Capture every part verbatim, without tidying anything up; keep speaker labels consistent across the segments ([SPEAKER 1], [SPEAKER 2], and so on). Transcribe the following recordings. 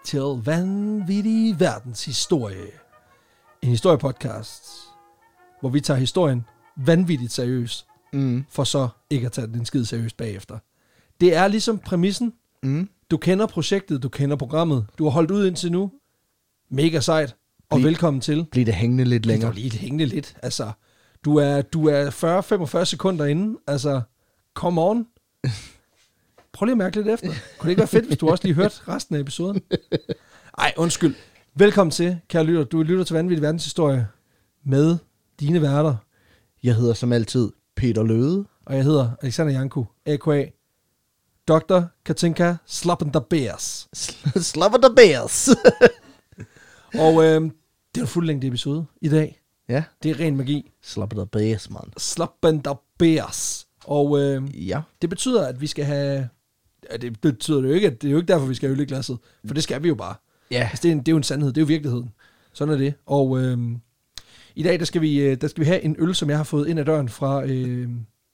[SPEAKER 1] til Vanvittig Verdenshistorie. En historiepodcast, hvor vi tager historien vanvittigt seriøst, mm. for så ikke at tage den skid seriøst bagefter. Det er ligesom præmissen. Mm. Du kender projektet, du kender programmet, du har holdt ud indtil nu. Mega sejt, og Bli, velkommen til.
[SPEAKER 2] Bliv det hængende lidt længere.
[SPEAKER 1] Bliv det hængende lidt, altså. Du er, du er fyrre til femogfyrre sekunder inde, altså, come on. Prøv lige at mærke lidt efter. Kunne det ikke være fedt, hvis du også lige hørte resten af episoden? Ej, undskyld. Velkommen til, kære lytter. Du lytter til Vanvittig Verdenshistorie med dine værter.
[SPEAKER 2] Jeg hedder som altid Peter Løde.
[SPEAKER 1] Og jeg hedder Alexander Janku, a k a. doktor Katinka Slappendabears.
[SPEAKER 2] Slappendabears.
[SPEAKER 1] Og øh, det er en fuldlængde episode i dag.
[SPEAKER 2] Ja.
[SPEAKER 1] Det er ren magi.
[SPEAKER 2] Slappendabears, man.
[SPEAKER 1] Slappendabears. Og øh,
[SPEAKER 2] ja.
[SPEAKER 1] det betyder, at vi skal have... Ja, det betyder det jo ikke, at det er jo ikke derfor, vi skal have øl i glasset. For det skal vi jo bare.
[SPEAKER 2] Ja.
[SPEAKER 1] Altså, det, er en, det er jo en sandhed. Det er jo virkeligheden. Sådan er det. Og øh, i dag, der skal, vi, der skal vi have en øl, som jeg har fået ind ad døren fra, øh,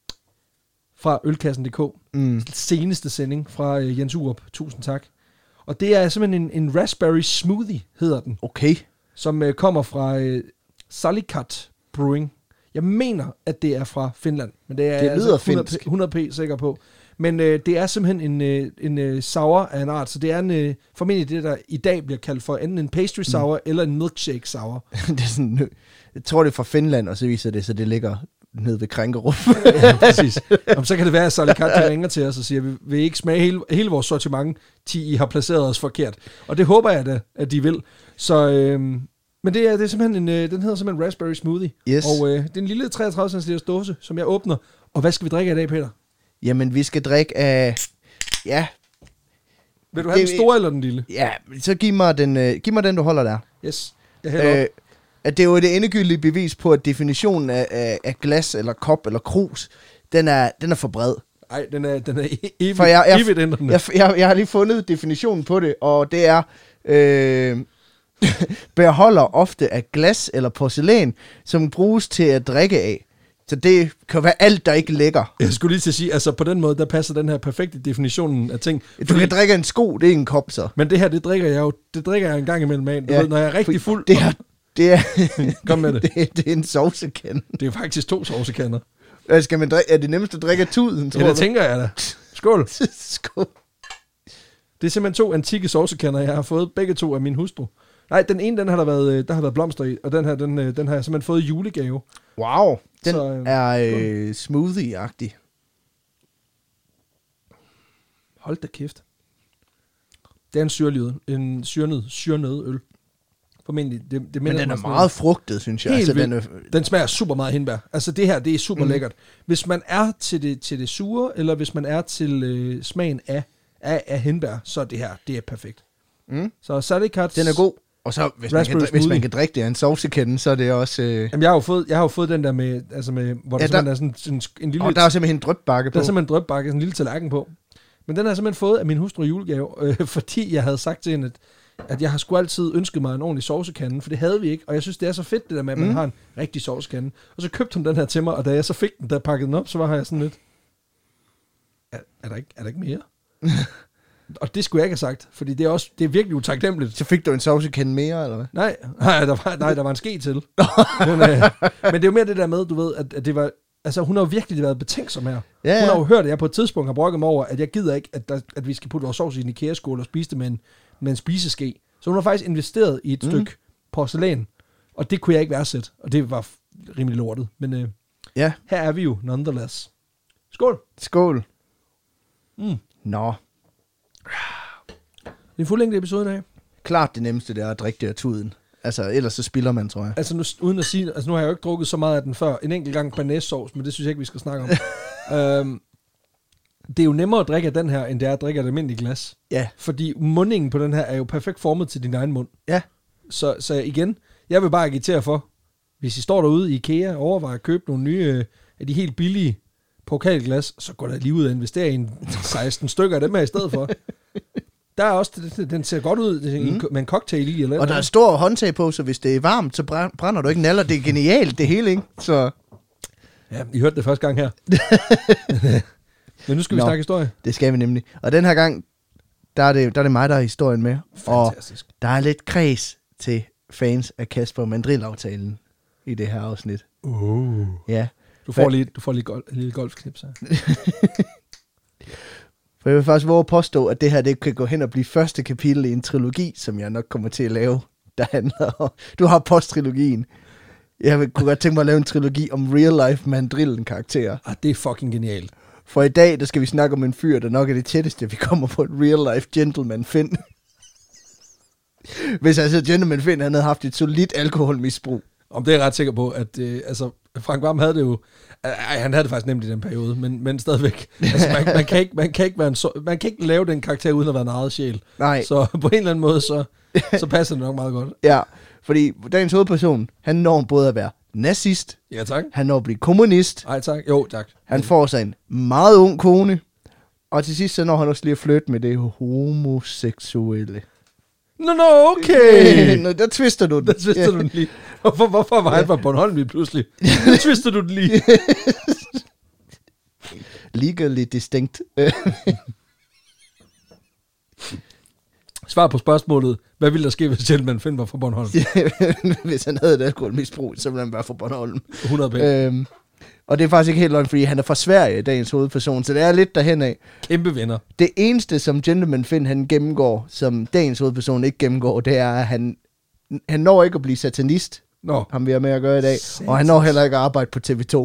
[SPEAKER 1] fra ølkassen punktum d k. Mm. Seneste sending fra øh, Jens Urup. Tusind tak. Og det er simpelthen en, en raspberry smoothie, hedder den.
[SPEAKER 2] Okay.
[SPEAKER 1] Som øh, kommer fra øh, Sallikat Brewing. Jeg mener, at det er fra Finland. Men det er
[SPEAKER 2] det lyder
[SPEAKER 1] altså hundrede,
[SPEAKER 2] finsk.
[SPEAKER 1] hundrede p sikker på. Men øh, det er simpelthen en, øh, en øh, sour af en art. Så det er en, øh, formentlig det, der i dag bliver kaldt for enten en pastry sour mm. eller en milkshake sour.
[SPEAKER 2] Det er sådan, jeg tror, det er fra Finland, og så viser det, så det ligger nede ved Krænkerup.
[SPEAKER 1] Ja, præcis. Jamen, så kan det være, at Sallikat ringer til os og siger, vi vil ikke smage hele, hele vores sortiment, til I har placeret os forkert. Og det håber jeg da, at de vil. Så... Øh, Men det er, det er simpelthen en, den hedder simpelthen raspberry smoothie. Yes. Og øh, det er en lille treogtredive centiliters dåse, som jeg åbner. Og hvad skal vi drikke af i dag, Peter?
[SPEAKER 2] Jamen, vi skal drikke af... Ja.
[SPEAKER 1] Vil du have det, den store eller den lille?
[SPEAKER 2] Ja, så giv mig den, øh, giv mig den du holder der.
[SPEAKER 1] Yes. Jeg hælder
[SPEAKER 2] øh, at det er jo det endegyldige bevis på, at definitionen af, af, af glas, eller kop, eller krus, den er, den er for bred.
[SPEAKER 1] Nej, den er, den er evigt,
[SPEAKER 2] For jeg, jeg,
[SPEAKER 1] evigt ændrende.
[SPEAKER 2] Jeg, jeg, jeg har lige fundet definitionen på det, og det er... Øh, beholder ofte af glas eller porcelæn, som bruges til at drikke af. Så det kan være alt, der ikke lækker.
[SPEAKER 1] Jeg skulle lige til at sige, altså på den måde, der passer den her perfekte definitionen af ting.
[SPEAKER 2] Du fordi, kan drikke en sko, det er en kop så.
[SPEAKER 1] Men det her, det drikker jeg jo, det drikker jeg en gang imellem af. Du ja, ved, når jeg er rigtig fuld.
[SPEAKER 2] Det er, det er,
[SPEAKER 1] Kom med det.
[SPEAKER 2] det, det er en sovsekande.
[SPEAKER 1] Det er faktisk to sovsekander.
[SPEAKER 2] Skal man drikke, er det nemmest at drikke af tuden, tror
[SPEAKER 1] Ja, det du? tænker jeg da. Skål.
[SPEAKER 2] Skål.
[SPEAKER 1] Det er simpelthen to antikke sovsekander, jeg har fået begge to af min hustru. Nej, den ene, den har der været, der har været blomster i, og den her, den, den har jeg simpelthen fået i julegave.
[SPEAKER 2] Wow, den
[SPEAKER 1] så, øh,
[SPEAKER 2] er øh, smoothie-agtig.
[SPEAKER 1] Hold da kæft. Det er en syrlig, en syrnød, syrnød øl. Formentlig. Det, det
[SPEAKER 2] Men den er meget frugtet, synes jeg.
[SPEAKER 1] Helt
[SPEAKER 2] altså, den, er...
[SPEAKER 1] den smager super meget hindbær. Altså det her, det er super mm. lækkert. Hvis man er til det, til det sure, eller hvis man er til øh, smagen af, af, af hindbær, så er det her, det er perfekt. Mm. Så Sallikats...
[SPEAKER 2] Den er god. Og så, hvis man, kan, hvis man kan drikke det af en sovsekende, så er det også... Øh...
[SPEAKER 1] Jamen, jeg har jo fået, jeg har jo fået den der med, altså med, hvor
[SPEAKER 2] ja,
[SPEAKER 1] der, der er sådan en, en lille...
[SPEAKER 2] Og der er simpelthen en drøbbakke på.
[SPEAKER 1] Der er simpelthen en drøbbakke, sådan en lille tallerken på. Men den har jeg simpelthen fået af min hustru julegave, øh, fordi jeg havde sagt til hende, at, at jeg har sgu altid ønsket mig en ordentlig sovsekande, for det havde vi ikke. Og jeg synes, det er så fedt, det der med, at man mm. har en rigtig sovsekande. Og så købte hun den her til mig, og da jeg så fik den, da jeg pakkede den op, så var jeg sådan lidt... Er, er, der, ikke, er der ikke mere? Og det skulle jeg ikke have sagt, fordi det er også det er virkelig utaknemmeligt.
[SPEAKER 2] Så fik du en sovsekande mere, eller hvad?
[SPEAKER 1] Nej, nej, der var, nej, der var en ske til. men, øh, men det er jo mere det der med, du ved, at, at det var... Altså, hun har jo virkelig været betænksom her. Ja, ja. Hun har jo hørt, at jeg på et tidspunkt har brokket mig over, at jeg gider ikke, at, der, at vi skal putte vores sovs i en IKEA-skål og spise det med en, med en spiseske. Så hun har faktisk investeret i et mm. stykke porcelæn, og det kunne jeg ikke værdsætte. Og det var rimelig lortet. Men øh,
[SPEAKER 2] ja.
[SPEAKER 1] Her er vi jo, nonetheless. Skål!
[SPEAKER 2] Skål!
[SPEAKER 1] Mm.
[SPEAKER 2] Nå.
[SPEAKER 1] Det er en fuldlængde episode i dag.
[SPEAKER 2] Klart det nemmeste, det er at drikke det af tuden. Altså, ellers så spilder man, tror jeg.
[SPEAKER 1] Altså, nu, uden at sige... Altså, nu har jeg jo ikke drukket så meget af den før. En enkelt gang banæssauce, men det synes jeg ikke, vi skal snakke om. øhm, det er jo nemmere at drikke af den her, end det er at drikke af et almindeligt glas.
[SPEAKER 2] Ja.
[SPEAKER 1] Fordi mundingen på den her er jo perfekt formet til din egen mund.
[SPEAKER 2] Ja.
[SPEAKER 1] Så, så igen, jeg vil bare agitere for, hvis I står derude i IKEA og overvejer at købe nogle nye øh, af de helt billige pokalglas, så går der lige ud og investere i en seksten stykker af dem her i stedet for. Der er også, den ser godt ud mm. med en cocktail i. Eller
[SPEAKER 2] og der er stor håndtag på, så hvis det er varmt, så brænder du ikke naller. Det er genialt, det hele, ikke? Så...
[SPEAKER 1] Ja, I hørte det første gang her. Men nu skal vi Nå, snakke historie.
[SPEAKER 2] Det skal vi nemlig. Og den her gang, der er, det, der er det mig, der er historien med.
[SPEAKER 1] Fantastisk.
[SPEAKER 2] Og der er lidt kreds til fans af Kasper Mandrill-aftalen i det her afsnit.
[SPEAKER 1] Uh.
[SPEAKER 2] Ja.
[SPEAKER 1] Du får lige, du får lige gol- en lille golfknips her.
[SPEAKER 2] For jeg vil faktisk våge at påstå, at det her det kan gå hen og blive første kapitel i en trilogi, som jeg nok kommer til at lave, der handler om... Du har post-trilogien. Jeg vil, kunne godt tænke mig at lave en trilogi om real-life Mandrillen-karakterer.
[SPEAKER 1] Ah, det er fucking genialt.
[SPEAKER 2] For i dag, der skal vi snakke om en fyr, der nok er det tætteste, vi kommer på et real-life gentleman Finn. Hvis altså gentleman Finn, han havde haft et solidt alkoholmisbrug.
[SPEAKER 1] Om det er jeg ret sikker på, at øh, altså, Frank Hvam havde det jo... Ej, han havde det faktisk nemt i den periode, men, men stadigvæk. Altså, man, man, kan ikke, man, kan ikke være en så, man kan ikke lave den karakter uden at være en eget sjæl.
[SPEAKER 2] Nej.
[SPEAKER 1] Så på en eller anden måde, så, så passer det nok meget godt.
[SPEAKER 2] Ja, fordi dagens hovedperson, han når både at være nazist,
[SPEAKER 1] Ja, tak.
[SPEAKER 2] han når at blive kommunist,
[SPEAKER 1] Ej, tak. Jo, tak.
[SPEAKER 2] han får sig en meget ung kone, og til sidst så når han også lige at flytte med det homoseksuelle.
[SPEAKER 1] Nå, no, no, okay.
[SPEAKER 2] Nå, der twister du den.
[SPEAKER 1] Der twister du den lige. Hvorfor, hvorfor var han fra Bornholm lige pludselig? Der twister du den lige.
[SPEAKER 2] Legally distinct.
[SPEAKER 1] Svar på spørgsmålet. Hvad ville der ske, hvis Gentleman Finn var fra Bornholm?
[SPEAKER 2] Hvis han havde et alkoholmisbrug, så ville han være fra Bornholm.
[SPEAKER 1] hundrede penge.
[SPEAKER 2] Øhm, og det er faktisk ikke helt løgn, fordi han er fra Sverige, dagens hovedperson, så det er lidt derhen af.
[SPEAKER 1] Kæmpe venner.
[SPEAKER 2] Det eneste, som Gentleman Finn han gennemgår, som dagens hovedperson ikke gennemgår, det er, at han, han når ikke at blive satanist.
[SPEAKER 1] Nå.
[SPEAKER 2] Ham vi har med at gøre i dag.
[SPEAKER 1] Satans.
[SPEAKER 2] Og han når heller ikke at arbejde på T V to.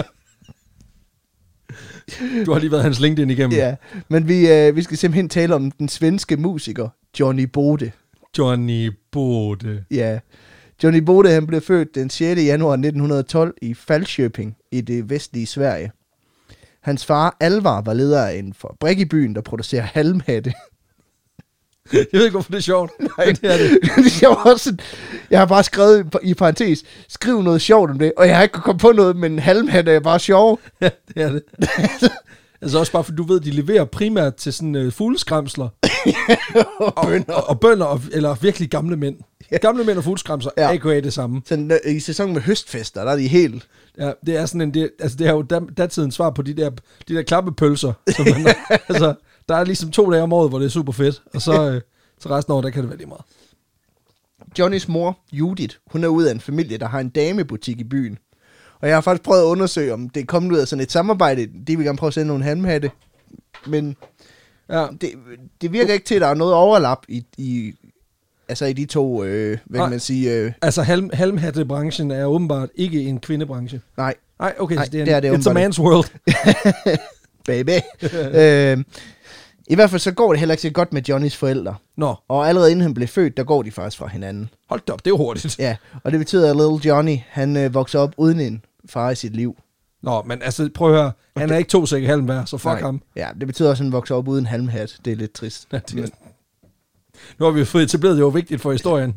[SPEAKER 1] Du har lige været hans LinkedIn igennem.
[SPEAKER 2] Ja, men vi, øh, vi skal simpelthen tale om den svenske musiker, Johnny Bode.
[SPEAKER 1] Johnny Bode.
[SPEAKER 2] Ja, Johnny Bode han blev født den sjette januar nitten tolv i Falköping i det vestlige Sverige. Hans far Alvar var leder af en fabrik i byen, der producerer halmhatte.
[SPEAKER 1] Jeg ved ikke, hvorfor det er sjovt.
[SPEAKER 2] Nej,
[SPEAKER 1] det er det.
[SPEAKER 2] jeg, var også, jeg har bare skrevet i parentes, skriv noget sjovt om det, og jeg har ikke kunnet komme på noget, men halmhatte er bare sjov.
[SPEAKER 1] Ja, det er det. Altså også bare, for du ved, de leverer primært til sådan uh, fugleskramsler. og bønder. Og, og bønder, og, eller virkelig gamle mænd. Ja. Gamle mænd og fugleskramsler, ja. A K A det samme.
[SPEAKER 2] Sådan, i sæsonen med høstfester, der er de helt...
[SPEAKER 1] Ja, det er sådan en, det, altså det er jo datidens svar på de der, de der klappepølser. Som man, altså, der er ligesom to dage om året, hvor det er super fedt, og så, øh, så resten af året, der kan det være lige meget.
[SPEAKER 2] Johnnys mor, Judith, hun er ud af en familie, der har en damebutik i byen. Og jeg har faktisk prøvet at undersøge, om det er kommet ud af sådan et samarbejde. De vil gerne prøve at sende nogle halmhatte. Men ja. det, det virker ikke til, at der er noget overlap i, i, altså i de to, øh, hvad kan man sige... Øh...
[SPEAKER 1] Altså halm, halmhattebranchen er åbenbart ikke en kvindebranche.
[SPEAKER 2] Nej.
[SPEAKER 1] Nej, okay,
[SPEAKER 2] Nej,
[SPEAKER 1] så det er,
[SPEAKER 2] det er
[SPEAKER 1] en,
[SPEAKER 2] det
[SPEAKER 1] it's a man's world.
[SPEAKER 2] Baby. øh, I hvert fald så går det heller ikke så godt med Johnnys forældre.
[SPEAKER 1] Nå.
[SPEAKER 2] Og allerede inden han blev født, der går de faktisk fra hinanden.
[SPEAKER 1] Hold da op, det er jo hurtigt.
[SPEAKER 2] Ja, og det betyder, at Little Johnny, han øh, vokser op uden en far i sit liv.
[SPEAKER 1] Nå, men altså, prøv at høre. Han er ikke to sække halm værd, så fuck Nej. ham.
[SPEAKER 2] Ja, det betyder også, at han vokser op uden halmhat. Det er lidt trist. Ja, det er...
[SPEAKER 1] Nu har vi jo fået etableret, det er jo vigtigt for historien.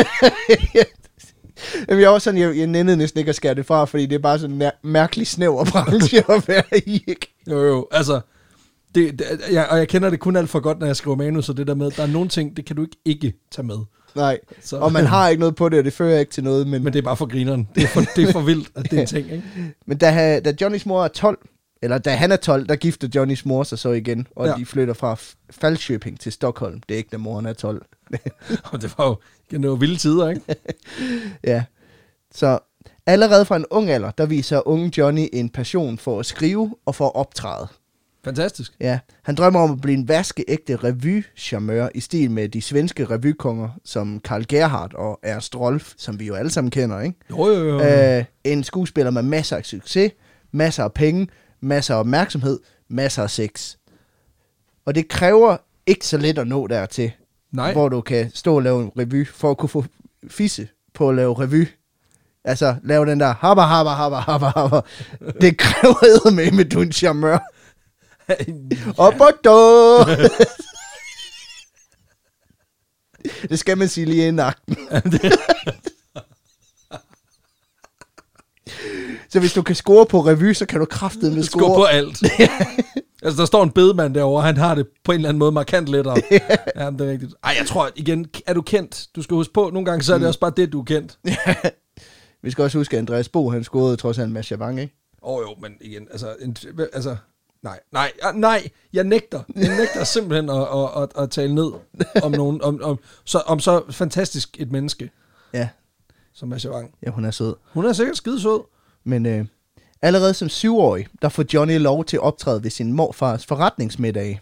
[SPEAKER 2] Jamen, jeg, også sådan, jeg, jeg nændede næsten ikke at skære det fra, fordi det er bare sådan en mær- mærkelig snæver branche at være i, ikke?
[SPEAKER 1] Jo, jo, altså... Det, det, jeg, og jeg kender det kun alt for godt, når jeg skriver manus, så det der med, der er nogle ting, det kan du ikke ikke tage med.
[SPEAKER 2] Nej,
[SPEAKER 1] så.
[SPEAKER 2] Og man har ikke noget på det, og det fører ikke til noget. Men,
[SPEAKER 1] men det er bare for grineren. Det er for, det er for vildt, at det er en ting, ikke?
[SPEAKER 2] Men da, da Johnnys mor er tolv, eller da han er tolv, der gifter Johnnys mor sig så igen, og ja. de flytter fra Falköping til Stockholm. Det er ikke, da moren er tolv.
[SPEAKER 1] Og det var jo det var vilde tider, ikke?
[SPEAKER 2] Ja, så allerede fra en ung alder, der viser unge Johnny en passion for at skrive og for at optræde.
[SPEAKER 1] Fantastisk.
[SPEAKER 2] Ja, han drømmer om at blive en vaskeægte revy-charmeur i stil med de svenske revykonger, som Karl Gerhardt og Ernst Rolf, som vi jo alle sammen kender, ikke?
[SPEAKER 1] Jo, jo, jo.
[SPEAKER 2] Æh, en skuespiller med masser af succes, masser af penge, masser af opmærksomhed, masser af sex. Og det kræver ikke så lidt at nå dertil,
[SPEAKER 1] Nej. Hvor
[SPEAKER 2] du kan stå og lave en revy, for at kunne få fisse på at lave revy. Altså, lave den der habba, habba, habba, habba, habba. Det kræver med, med du en charmeur. Op og då! Det skal man sige lige inden akten. Så hvis du kan score på revy, så kan du kraftedeme score.
[SPEAKER 1] Score på alt. Altså, der står en bedemand derovre, han har det på en eller anden måde markant lettere. Ja, det er rigtigt. Ej, jeg tror, igen, er du kendt? Du skal huske på, nogle gange så er det mm. også bare det, du er kendt.
[SPEAKER 2] Vi skal også huske, at Andreas Bo, han scorede trods alt en masse javang, ikke?
[SPEAKER 1] Åh oh, jo, men igen, altså, en, altså Nej, nej, nej, jeg nægter. Jeg nægter simpelthen at, at, at, at tale ned om nogen, om, om, så, om så fantastisk et menneske,
[SPEAKER 2] Ja.
[SPEAKER 1] som Masha Wang.
[SPEAKER 2] Ja, hun er sød.
[SPEAKER 1] Hun er sikkert skide sød.
[SPEAKER 2] Men øh, allerede som syvårig, der får Johnny lov til at optræde ved sin morfars forretningsmiddag.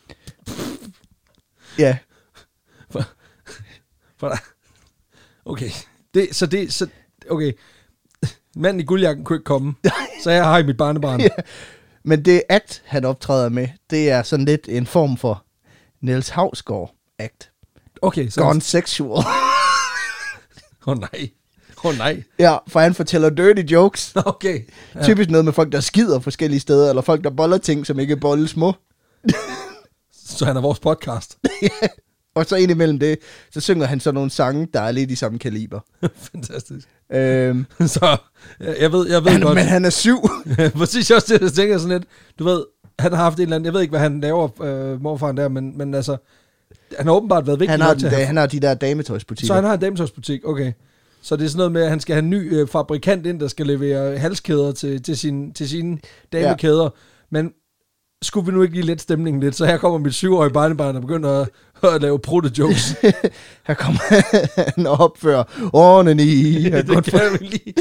[SPEAKER 2] Ja.
[SPEAKER 1] For, for, okay. Det, så det, så, okay. Manden i guldjakken kunne ikke komme, så jeg har i mit barnebarn.
[SPEAKER 2] Ja. Men det act, han optræder med, det er sådan lidt en form for Niels Hausgaard-act.
[SPEAKER 1] Okay, så...
[SPEAKER 2] Gone sexual.
[SPEAKER 1] Åh oh, nej. Åh oh, nej.
[SPEAKER 2] Ja, for han fortæller dirty jokes.
[SPEAKER 1] Okay.
[SPEAKER 2] Ja. Typisk noget med folk, der skider forskellige steder, eller folk, der boller ting, som ikke er bolle små.
[SPEAKER 1] Så han er vores podcast.
[SPEAKER 2] Ja. Og så indimellem det, så synger han så nogle sange, der er lidt i samme kaliber.
[SPEAKER 1] Fantastisk.
[SPEAKER 2] Øhm,
[SPEAKER 1] så, jeg ved, jeg ved
[SPEAKER 2] han,
[SPEAKER 1] godt.
[SPEAKER 2] Men han er syv.
[SPEAKER 1] Præcis også det, jeg tænker sådan lidt, du ved, han har haft en eller anden, jeg ved ikke, hvad han laver, øh, morfaren der, men, men altså, han har åbenbart været vigtig
[SPEAKER 2] Han har,
[SPEAKER 1] nok til
[SPEAKER 2] den,
[SPEAKER 1] at have-
[SPEAKER 2] han har de der dametøjsbutikker.
[SPEAKER 1] Så han har en dametøjsbutik, okay. Så det er sådan noget med, at han skal have en ny øh, fabrikant ind, der skal levere halskæder til, til, sin, til sine damekæder. Ja. Men skulle vi nu ikke lige let stemningen lidt, så her kommer mit syvårige barnebarn og begynder at, at lave prutte-jokes.
[SPEAKER 2] Her kommer han og opfører årene i.
[SPEAKER 1] Det kan vi lige.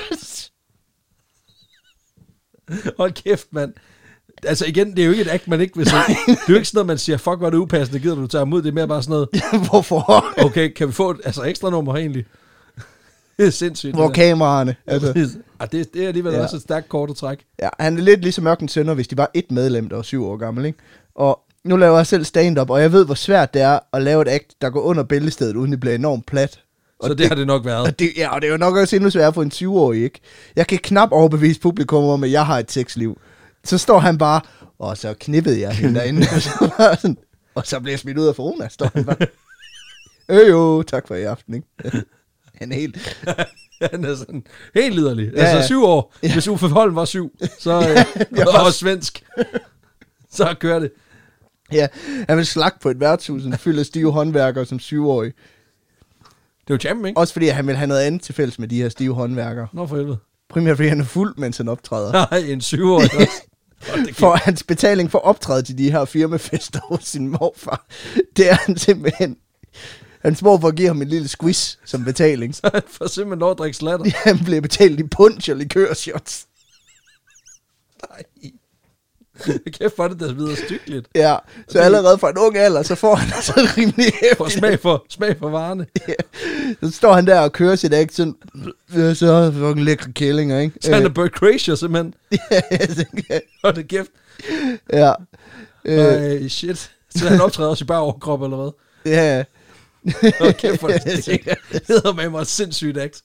[SPEAKER 1] Hold kæft, mand. Altså igen, det er jo ikke et act, man ikke vil se. Det er jo ikke sådan noget, man siger, fuck, hvor er det upassende, gider du tage imod? Det er mere bare sådan noget,
[SPEAKER 2] Hvorfor?
[SPEAKER 1] okay, kan vi få et altså, ekstra nummer egentlig? Det er sindssygt.
[SPEAKER 2] Hvor
[SPEAKER 1] det der.
[SPEAKER 2] kameraerne? Altså,
[SPEAKER 1] Ah, det, det er alligevel
[SPEAKER 2] Ja.
[SPEAKER 1] også et stærkt kort at trække.
[SPEAKER 2] ja, han er lidt ligesom Mørkens Sønner, hvis de var et medlem, der var syv år gammel, ikke? Og nu laver jeg selv stand-up, og jeg ved, hvor svært det er at lave et act, der går under bæltestedet, uden det bliver enormt plat. Og
[SPEAKER 1] Så det har det nok været.
[SPEAKER 2] Og det, ja, og det er jo nok også endnu sværere for en syv-årig, ikke? Jeg kan knap overbevise publikum om, at jeg har et sexliv. Så står han bare, og så knippede jeg hende derinde, og så, var sådan, og så blev jeg smidt ud af Forona, står han bare. Øh jo, tak for i aften, ikke? Han er helt...
[SPEAKER 1] Han er sådan helt liderlig.
[SPEAKER 2] Ja,
[SPEAKER 1] Altså
[SPEAKER 2] ja.
[SPEAKER 1] syv år. Hvis Uffe Holm var syv, så øh,
[SPEAKER 2] jeg
[SPEAKER 1] og
[SPEAKER 2] var-
[SPEAKER 1] også svensk, så kører det.
[SPEAKER 2] Ja, han vil slagte på et værtshus, en fyldt af stive håndværkere som syv-årig.
[SPEAKER 1] Det er jo jam, ikke?
[SPEAKER 2] Også fordi han vil have noget andet til fælles med de her stive håndværkere.
[SPEAKER 1] Nå for helvede.
[SPEAKER 2] Primært fordi han er fuld, mens han optræder.
[SPEAKER 1] Nej, en syvårig også. Hold da
[SPEAKER 2] For hans betaling for at optræde til de her firmafester hos sin morfar, det er han simpelthen... Hans morfar giver ham en lille squiz som betaling.
[SPEAKER 1] kæft. Han får simpelthen lov at drikke slatter.
[SPEAKER 2] Han bliver betalt i punch og likørshots.
[SPEAKER 1] Nej. Kæft for det, der videre stykkeligt.
[SPEAKER 2] Ja, så allerede fra en ung alder, så får han altså en rimelig
[SPEAKER 1] For
[SPEAKER 2] hæftig...
[SPEAKER 1] smag for, smag for varerne.
[SPEAKER 2] Ja. Så står han der og kører sit act sådan... "Ja, så er det fucking lækre kællinger, ikke?
[SPEAKER 1] Så han er Bert Kreischer simpelthen.
[SPEAKER 2] Ja, jeg tænker,
[SPEAKER 1] Hold da kæft.
[SPEAKER 2] ja. Øh,
[SPEAKER 1] Ej, shit. Så han optræder også i bare overkrop, eller hvad?
[SPEAKER 2] ja.
[SPEAKER 1] Hold kæft for det.
[SPEAKER 2] Jeg tænker,
[SPEAKER 1] Det hedder med mig et sindssygt act.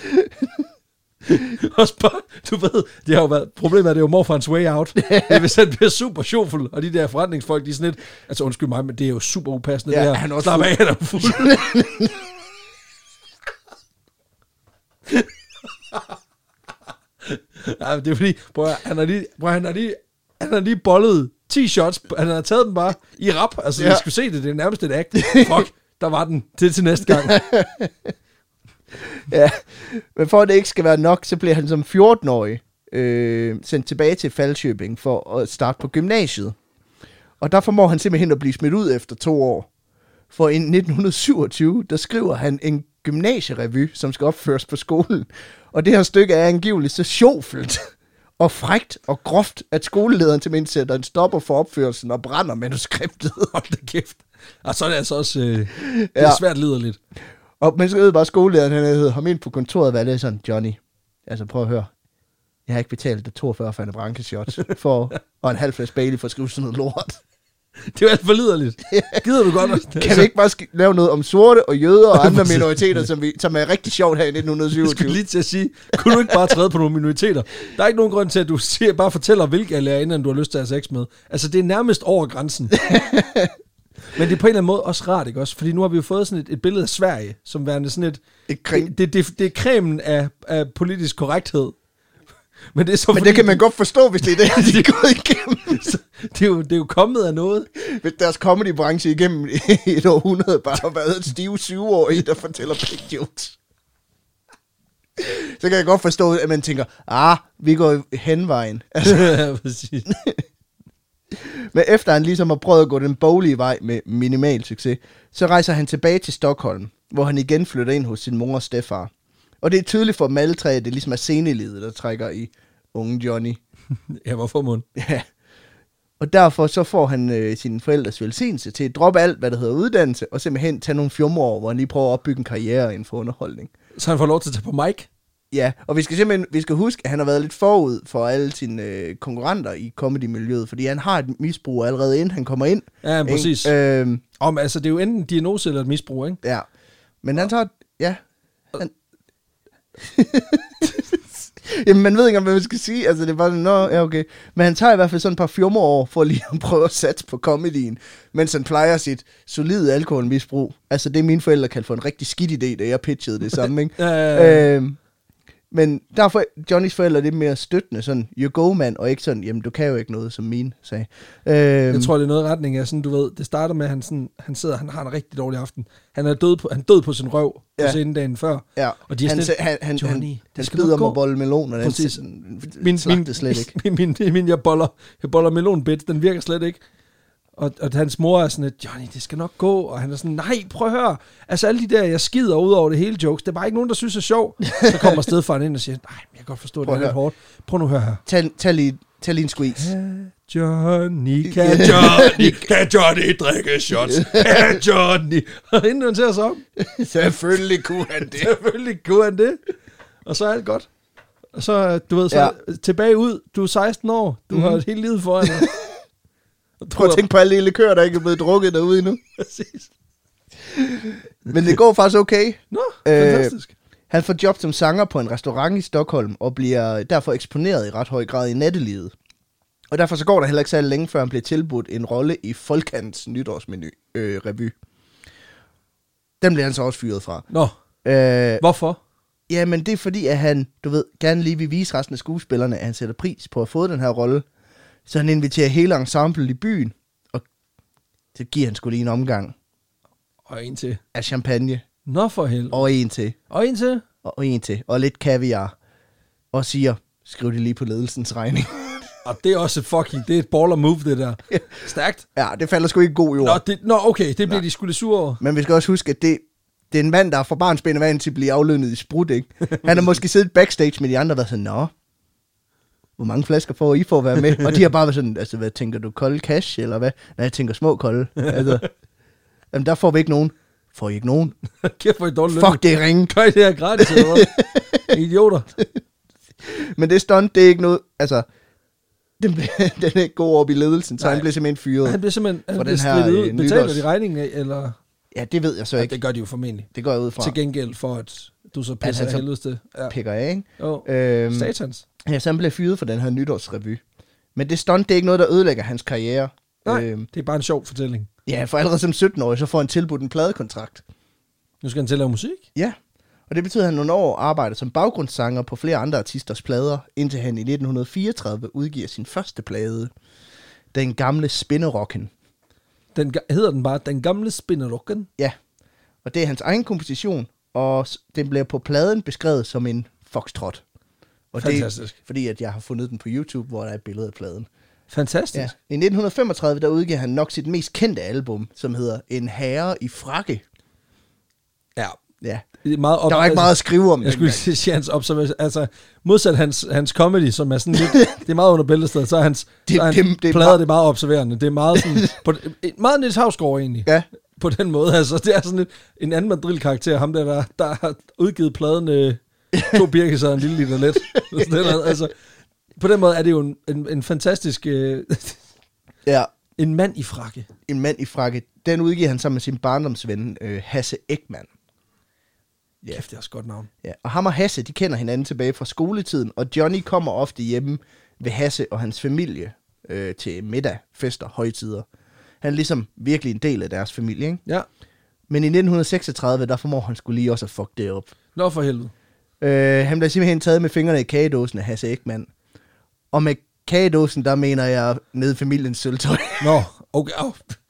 [SPEAKER 1] Også bare, du ved, det har jo været, problemet er, det er jo morfarens way out. Det er, hvis han bliver super sjovfuld, og de der forretningsfolk, de er sådan lidt, altså undskyld mig, men det er jo super upassende,
[SPEAKER 2] Ja,
[SPEAKER 1] det her.
[SPEAKER 2] han er også
[SPEAKER 1] Slap af, han er fuld. Ja, det er fordi, prøv at, han har lige, prøv at, han har lige, han har lige bollet ti shots, han har taget dem bare i rap, altså
[SPEAKER 2] Ja.
[SPEAKER 1] ja. Vi skulle se det, det er nærmest et act. Fuck, der var den, det er til næste gang.
[SPEAKER 2] Ja, men for at det ikke skal være nok, så bliver han som fjorten-årig øh, sendt tilbage til Falköping for at starte på gymnasiet. Og der formår han simpelthen at blive smidt ud efter to år. For i nitten syvogtyve, der skriver han en gymnasierevy, som skal opføres på skolen. Og det her stykke er angiveligt så sjovfuldt og frækt og groft, at skolelederen simpelthen sætter en stopper for opførelsen og brænder manuskriptet.
[SPEAKER 1] Hold da kæft. Og så er det altså også, øh, det er
[SPEAKER 2] Ja.
[SPEAKER 1] svært liderligt.
[SPEAKER 2] Og man skal bare skolelederen, han havde ham ind på kontoret, hvad det er sådan, Johnny, altså prøv at høre, jeg har ikke betalt dig toogfyrre Fanny Branca shots for, og en halv flaske Bailey for at skrive sådan noget lort.
[SPEAKER 1] Det er jo alt for liderligt. Gider du godt? Altså,
[SPEAKER 2] Kan vi ikke bare sk- lave noget om sorte og jøder og andre
[SPEAKER 1] Præcis.
[SPEAKER 2] minoriteter, som, vi, som er rigtig sjovt her i nitten
[SPEAKER 1] Jeg
[SPEAKER 2] syvogtyve?
[SPEAKER 1] skulle lige til at sige, kunne du ikke bare træde på nogle minoriteter? Der er ikke nogen grund til, at du siger, bare fortæller, hvilke af lærerne du har lyst til at have sex med. Altså, det er nærmest over grænsen. Men det er på en eller anden måde også rart, ikke også? Fordi nu har vi jo fået sådan et, et billede af Sverige, som værende sådan et...
[SPEAKER 2] Et kring.
[SPEAKER 1] Det, det, det, det er cremen af, af politisk korrekthed. Men det er så
[SPEAKER 2] Men
[SPEAKER 1] fordi,
[SPEAKER 2] det kan man godt forstå, hvis det er det, de er gået igennem.
[SPEAKER 1] det, er jo, det er jo kommet af noget.
[SPEAKER 2] Hvis deres comedybranche igennem et århundrede bare har været et stive syvårige, der fortæller pæk jokes. Så kan jeg godt forstå, at man tænker, ah, vi går henvejen. Altså,
[SPEAKER 1] Ja, præcis.
[SPEAKER 2] Men efter han ligesom har prøvet at gå den boglige vej med minimal succes, så rejser han tilbage til Stockholm, hvor han igen flytter ind hos sin mor og stedfar. Og det er tydeligt for dem alle tre, at det ligesom er senelivet, der trækker i unge Johnny.
[SPEAKER 1] Ja, hvorfor mund?
[SPEAKER 2] Ja. Og derfor så får han øh, sine forældres velsignelse til at droppe alt, hvad der hedder uddannelse, og simpelthen tage nogle fjumreår, hvor han lige prøver at opbygge en karriere inden for underholdning.
[SPEAKER 1] Så han får lov til at tage på mic?
[SPEAKER 2] Ja, og vi skal simpelthen vi skal huske, at han har været lidt forud for alle sine øh, konkurrenter i comedy-miljøet, fordi han har et misbrug allerede inden han kommer ind.
[SPEAKER 1] Ja, præcis.
[SPEAKER 2] Øhm,
[SPEAKER 1] Om, altså, det er jo enten en diagnose eller et misbrug, ikke?
[SPEAKER 2] Ja, men han tager... Ja. Han... Jamen, man ved ikke, hvad man skal sige. Altså, det er bare sådan, nå, ja, okay. Men han tager i hvert fald sådan et par fjumreår for lige at prøve at satse på comedyen, mens han plejer sit solide alkoholmisbrug. Altså, det mine forældre kaldte for en rigtig skidt idé, da jeg pitchede det samme, ikke?
[SPEAKER 1] ja, ja, ja.
[SPEAKER 2] Øhm, men derfor, Johnnys forældre er lidt mere støttende, sådan, you go, man, og ikke sådan, jamen, du kan jo ikke noget, som mine sagde. Øhm,
[SPEAKER 1] jeg tror, det er noget retning af sådan, du ved, det starter med, at han, sådan, han sidder, han har en rigtig dårlig aften. Han er død på, han død på sin røv på
[SPEAKER 2] ja.
[SPEAKER 1] scenen dagen før.
[SPEAKER 2] Ja,
[SPEAKER 1] og de er
[SPEAKER 2] han,
[SPEAKER 1] sådan,
[SPEAKER 2] han, han,
[SPEAKER 1] Johnny,
[SPEAKER 2] han,
[SPEAKER 1] det skal
[SPEAKER 2] bider
[SPEAKER 1] nok
[SPEAKER 2] mig
[SPEAKER 1] gå.
[SPEAKER 2] bolle melon, og den
[SPEAKER 1] Præcis.
[SPEAKER 2] min, min, slet ikke.
[SPEAKER 1] Min, min, min, min jeg boller, jeg boller melonbit, den virker slet ikke. Og, og hans mor er sådan, at Johnny, det skal nok gå. Og han er sådan, nej, prøv at høre. Altså alle de der, jeg skider ud over det hele jokes, det er bare ikke nogen, der synes er sjov. Så kommer stedfaren ind og siger, nej, jeg kan godt forstå, at det er lidt hårdt. Prøv nu at høre her.
[SPEAKER 2] Tag, tag, lige, tag lige en squeeze.
[SPEAKER 1] Kan Johnny, kan Johnny, kan Johnny drikke shots? Kan Johnny? Og inden han ser sig om.
[SPEAKER 2] Selvfølgelig kunne han det.
[SPEAKER 1] Selvfølgelig kunne han det. Og så er alt godt. Og så, du ved, så ja. tilbage ud. Du er seksten år. Du mm. har et helt liv foran dig.
[SPEAKER 2] Prøv at tænke på alle de likører, der ikke er blevet drukket derude endnu.
[SPEAKER 1] Præcis.
[SPEAKER 2] Men det går faktisk okay.
[SPEAKER 1] Nå, fantastisk.
[SPEAKER 2] Øh, han får job som sanger på en restaurant i Stockholm, og bliver derfor eksponeret i ret høj grad i nattelivet. Og derfor så går der heller ikke særlig længe, før han bliver tilbudt en rolle i Folkans nytårsmenu øh, revy. Den bliver han så også fyret fra.
[SPEAKER 1] Nå,
[SPEAKER 2] øh,
[SPEAKER 1] hvorfor?
[SPEAKER 2] Jamen det er fordi, at han, du ved, gerne lige vil vise resten af skuespillerne, at han sætter pris på at få den her rolle. Så han inviterer hele ensemblet i byen, og det giver han sgu lige en omgang.
[SPEAKER 1] Og en til.
[SPEAKER 2] Af champagne.
[SPEAKER 1] Nå for helvede.
[SPEAKER 2] Og en til.
[SPEAKER 1] Og en til.
[SPEAKER 2] Og en til. Og lidt kaviar. Og siger, skriv det lige på ledelsens regning.
[SPEAKER 1] Og det er også et fucking, det er et baller move, det der. Stærkt.
[SPEAKER 2] Ja, det falder sgu ikke god jord.
[SPEAKER 1] Nå, det, nå okay, det bliver Nå. de sgu lidt sure over.
[SPEAKER 2] Men vi skal også huske, at det, det er en mand, der får barnsben vand til at blive aflønnet i sprut, ikke? Han har måske siddet backstage med de andre og været sådan, nå, hvor mange flasker får I for at være med? Og de har bare været sådan, altså hvad tænker du, kold cash, eller hvad? Nej, jeg tænker små kolde. Altså, jamen der får vi ikke nogen. Får I ikke nogen?
[SPEAKER 1] Kæft for et dårligt løn.
[SPEAKER 2] Fuck, det er ringe.
[SPEAKER 1] Gør I det her gratis, eller hvad? Idioter.
[SPEAKER 2] Men det stunt, det er ikke noget, altså, den, den er ikke god op i ledelsen, så Nej. han bliver simpelthen fyret.
[SPEAKER 1] Han bliver simpelthen han bliver stridt ud. Betaler nytårs... de regningen, eller?
[SPEAKER 2] Ja, det ved jeg så
[SPEAKER 1] ja,
[SPEAKER 2] ikke.
[SPEAKER 1] Det gør de jo formentlig.
[SPEAKER 2] Det går jeg ud fra.
[SPEAKER 1] Til gengæld for, at du så pisser altså, helvedes det.
[SPEAKER 2] Ja. Pikker af, ikke?
[SPEAKER 1] Jo, øhm, satans.
[SPEAKER 2] Ja, så han bliver fyret for den her nytårsrevy. Men det stunt, det er ikke noget, der ødelægger hans karriere.
[SPEAKER 1] Nej, øhm, det er bare en sjov fortælling.
[SPEAKER 2] Ja, for allerede som sytten-årig, så får han tilbudt en pladekontrakt.
[SPEAKER 1] Nu skal han til at lave musik?
[SPEAKER 2] Ja, og det betyder, at han nogle år arbejder som baggrundssanger på flere andre artisters plader, indtil han i nitten fireogtredive udgiver sin første plade, Den Gamle Spinnerocken.
[SPEAKER 1] Den, hedder den bare Den Gamle Spinnerocken?
[SPEAKER 2] Ja, og det er hans egen komposition, og den bliver på pladen beskrevet som en foxtrot. Og
[SPEAKER 1] fantastisk.
[SPEAKER 2] Det er, fordi at jeg har fundet den på YouTube, hvor der er et billede af pladen.
[SPEAKER 1] Fantastisk.
[SPEAKER 2] Ja. I nitten femogtredive, der udgiver han nok sit mest kendte album, som hedder En Herre i Frakke.
[SPEAKER 1] Ja.
[SPEAKER 2] Ja.
[SPEAKER 1] Det er meget op-
[SPEAKER 2] der var ikke meget at skrive om.
[SPEAKER 1] Jeg skulle sige hans observation. Altså, modsat hans, hans comedy, som er sådan lidt, det er meget under bæltestedet, så er hans, det, så er hans det, det, plader, det er meget observerende. Det er meget sådan, på, meget Niels Hausgaard egentlig. Ja. På den måde, altså, det er sådan et, en anden Madrid-karakter, ham der, der, der har udgivet pladen øh, to birkes og en lille liter let. Altså, på den måde er det jo en, en, en fantastisk, øh,
[SPEAKER 2] ja.
[SPEAKER 1] En mand i frakke.
[SPEAKER 2] En mand i frakke. Den udgiver han sammen med sin barndomsven, øh, Hasse Ekman.
[SPEAKER 1] Ja. Kæft, det er også godt navn.
[SPEAKER 2] Ja, og ham og Hasse, de kender hinanden tilbage fra skoletiden, og Johnny kommer ofte hjemme ved Hasse og hans familie øh, til middag, fester, højtider. Han er ligesom virkelig en del af deres familie, ikke?
[SPEAKER 1] Ja.
[SPEAKER 2] Men i nitten seksogtredive, der formår han skulle lige også at fuck det op.
[SPEAKER 1] Nå for helvede.
[SPEAKER 2] Øh, han bliver simpelthen taget med fingrene i kagedåsen af Hasse Ekman. Og med kagedåsen, der mener jeg nede familiens sølvtøj.
[SPEAKER 1] Nå, okay. Oh.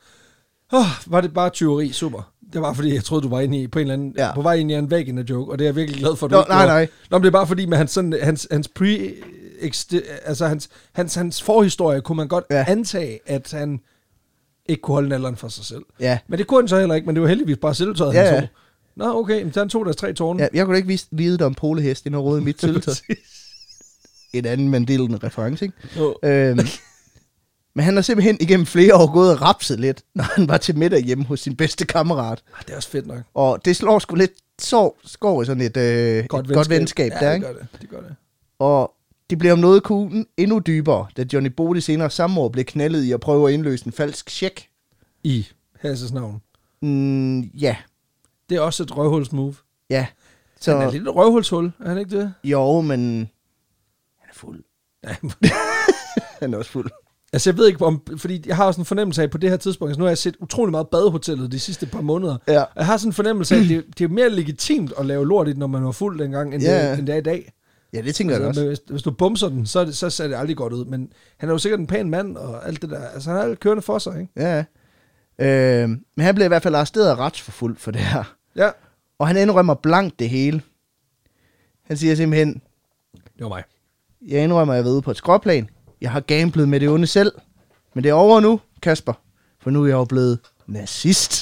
[SPEAKER 1] Oh, var det bare tyveri? Super. Det var fordi, jeg troede, du var inde i, på en eller anden, ja. på vej ind i en væg in a joke, og det er jeg virkelig glad for, at du
[SPEAKER 2] Nå,
[SPEAKER 1] ikke
[SPEAKER 2] nej, nej.
[SPEAKER 1] Nå, men det er bare fordi, med hans, sådan, hans, hans pre, ekste- altså hans, hans, hans forhistorie kunne man godt ja. antage, at han ikke kunne holde nalderen for sig selv.
[SPEAKER 2] Ja.
[SPEAKER 1] Men det kunne han så heller ikke, men det var heldigvis bare sølvtøjet,
[SPEAKER 2] ja,
[SPEAKER 1] han
[SPEAKER 2] ja.
[SPEAKER 1] tog. Nå, okay, så han tog deres tre tårne.
[SPEAKER 2] Ja, jeg kunne da ikke vide, vide det om polehest, inden råd i mit sølvtøj. Et andet mandilende reference, ikke? Oh. Øhm, men han har simpelthen igennem flere år gået og rapset lidt, når han var til middag hjemme hos sin bedste kammerat.
[SPEAKER 1] Ah, det er også fedt nok.
[SPEAKER 2] Og det slår sgu lidt så, skår i sådan et, øh,
[SPEAKER 1] godt,
[SPEAKER 2] et
[SPEAKER 1] venskab.
[SPEAKER 2] godt venskab
[SPEAKER 1] ja,
[SPEAKER 2] der,
[SPEAKER 1] det
[SPEAKER 2] ikke?
[SPEAKER 1] gør det. det gør det.
[SPEAKER 2] Og det blev om noget kuglen endnu dybere, da Johnny Bode senere samme år blev knaldet i at prøve at indløse en falsk check.
[SPEAKER 1] I Hasses navn.
[SPEAKER 2] Mm, ja.
[SPEAKER 1] Det er også et røvhulsmove.
[SPEAKER 2] Ja. Så,
[SPEAKER 1] han er lidt et røvhulshul, er han ikke det?
[SPEAKER 2] Jo, men han er fuld.
[SPEAKER 1] Nej.
[SPEAKER 2] Han er også fuld.
[SPEAKER 1] Altså jeg ved ikke, om, fordi jeg har også en fornemmelse af, på det her tidspunkt, altså nu har jeg set utrolig meget Badehotellet de sidste par måneder.
[SPEAKER 2] Ja.
[SPEAKER 1] Jeg har sådan en fornemmelse af, at det, det er mere legitimt at lave lort i det, når man var fuld dengang, end,
[SPEAKER 2] ja.
[SPEAKER 1] det, end det er i dag.
[SPEAKER 2] Ja, det tænker
[SPEAKER 1] altså,
[SPEAKER 2] jeg også.
[SPEAKER 1] Hvis, hvis du bumser den, så, det, så ser det aldrig godt ud. Men han er jo sikkert en pæn mand, og alt det der. Altså han er alt kørende for sig, ikke?
[SPEAKER 2] Ja. Øh, men han blev i hvert fald arresteret og retsforfulgt for det her.
[SPEAKER 1] Ja.
[SPEAKER 2] Og han indrømmer blankt det hele. Han siger simpelthen,
[SPEAKER 1] det var mig.
[SPEAKER 2] Jeg indrømmer, at jeg var ude på et skråplan. Jeg har gamblet med det onde selv. Men det er over nu, Kasper. For nu er jeg jo blevet nazist.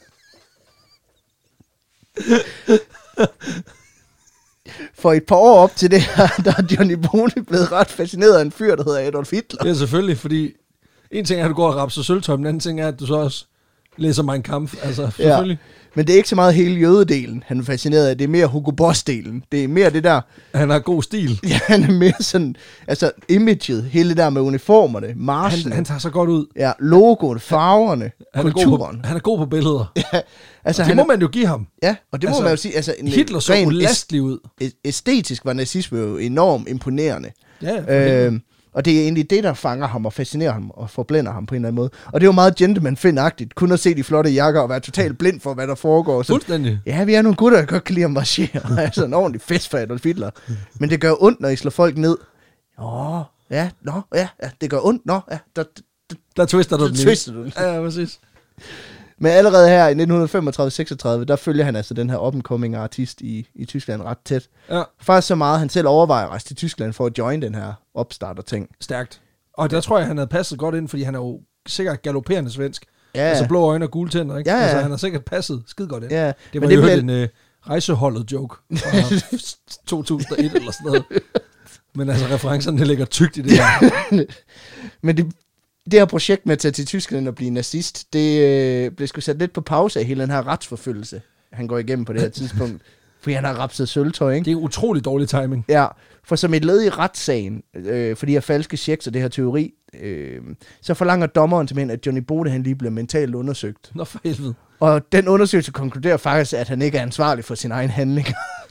[SPEAKER 2] For et par år op til det her, der er Johnny Bode blevet ret fascineret af en fyr, der hedder Adolf Hitler.
[SPEAKER 1] Det er selvfølgelig, fordi en ting er, at du går og rapser sølvtøj, men en anden ting er, at du så også læser Mein Kampf. Altså, selvfølgelig.
[SPEAKER 2] Ja. Men det er ikke så meget hele jødedelen, han er fascineret af. Det er mere Hugo Boss-delen. Det er mere det der...
[SPEAKER 1] Han har god stil.
[SPEAKER 2] Ja, han er mere sådan... Altså, imaget, hele det der med uniformerne, marchen.
[SPEAKER 1] Han, han tager så godt ud.
[SPEAKER 2] Ja, logoet, farverne,
[SPEAKER 1] han
[SPEAKER 2] kulturen.
[SPEAKER 1] Er på, han er god på billeder.
[SPEAKER 2] Ja, altså,
[SPEAKER 1] og det
[SPEAKER 2] han
[SPEAKER 1] må
[SPEAKER 2] er,
[SPEAKER 1] man jo give ham.
[SPEAKER 2] Ja, og det
[SPEAKER 1] altså,
[SPEAKER 2] må man jo sige. Altså,
[SPEAKER 1] Hitler så ulastelig ud.
[SPEAKER 2] Æstetisk var nazisme jo enormt imponerende.
[SPEAKER 1] Ja,
[SPEAKER 2] øhm, og det er egentlig det, der fanger ham og fascinerer ham og forblænder ham på en eller anden måde. Og det er jo meget gentleman-findagtigt. Kun at se de flotte jakker og være totalt blind for, hvad der foregår. Så,
[SPEAKER 1] fuldstændig.
[SPEAKER 2] Ja, vi er nogle gutter, der godt kan lide at marchere. Altså en ordentlig fest for Adolf Hitler. Men det gør ondt, når I slår folk ned. Åh, ja, nå, ja, ja, det gør ondt, nå, ja. Der,
[SPEAKER 1] der, der twister du den.
[SPEAKER 2] Twister du den.
[SPEAKER 1] Ja, præcis.
[SPEAKER 2] Men allerede her i nitten femogtredive seksogtredive, der følger han altså den her up-and-coming artist i, i Tyskland ret tæt. Ja. Faktisk så meget, han selv overvejer at rejse til Tyskland for at join den her opstarter-ting.
[SPEAKER 1] Stærkt. Og der tror jeg, han havde passet godt ind, fordi han er jo sikkert galopperende svensk.
[SPEAKER 2] Ja.
[SPEAKER 1] Altså blå øjne og gule tænder, ikke?
[SPEAKER 2] Ja, ja.
[SPEAKER 1] Altså han har sikkert passet skide godt ind.
[SPEAKER 2] Ja.
[SPEAKER 1] Det var jo det blev... en uh, rejseholdet joke fra to tusind og et eller sådan noget. Men altså referencerne, det ligger tykt i det her.
[SPEAKER 2] Men det... Det her projekt med at tage til Tyskland og blive nazist, det øh, blev sgu sat lidt på pause af hele den her retsforfølgelse, han går igennem på det her tidspunkt. Fordi han har rapset sølvtøj, ikke?
[SPEAKER 1] Det er utrolig dårlig timing.
[SPEAKER 2] Ja, for som et led i retssagen, øh, for de her falske checks og det her teori, øh, så forlanger dommeren simpelthen, at Johnny Bode han lige bliver mentalt undersøgt.
[SPEAKER 1] Nå for helvede.
[SPEAKER 2] Og den undersøgelse konkluderer faktisk, at han ikke er ansvarlig for sin egen handling.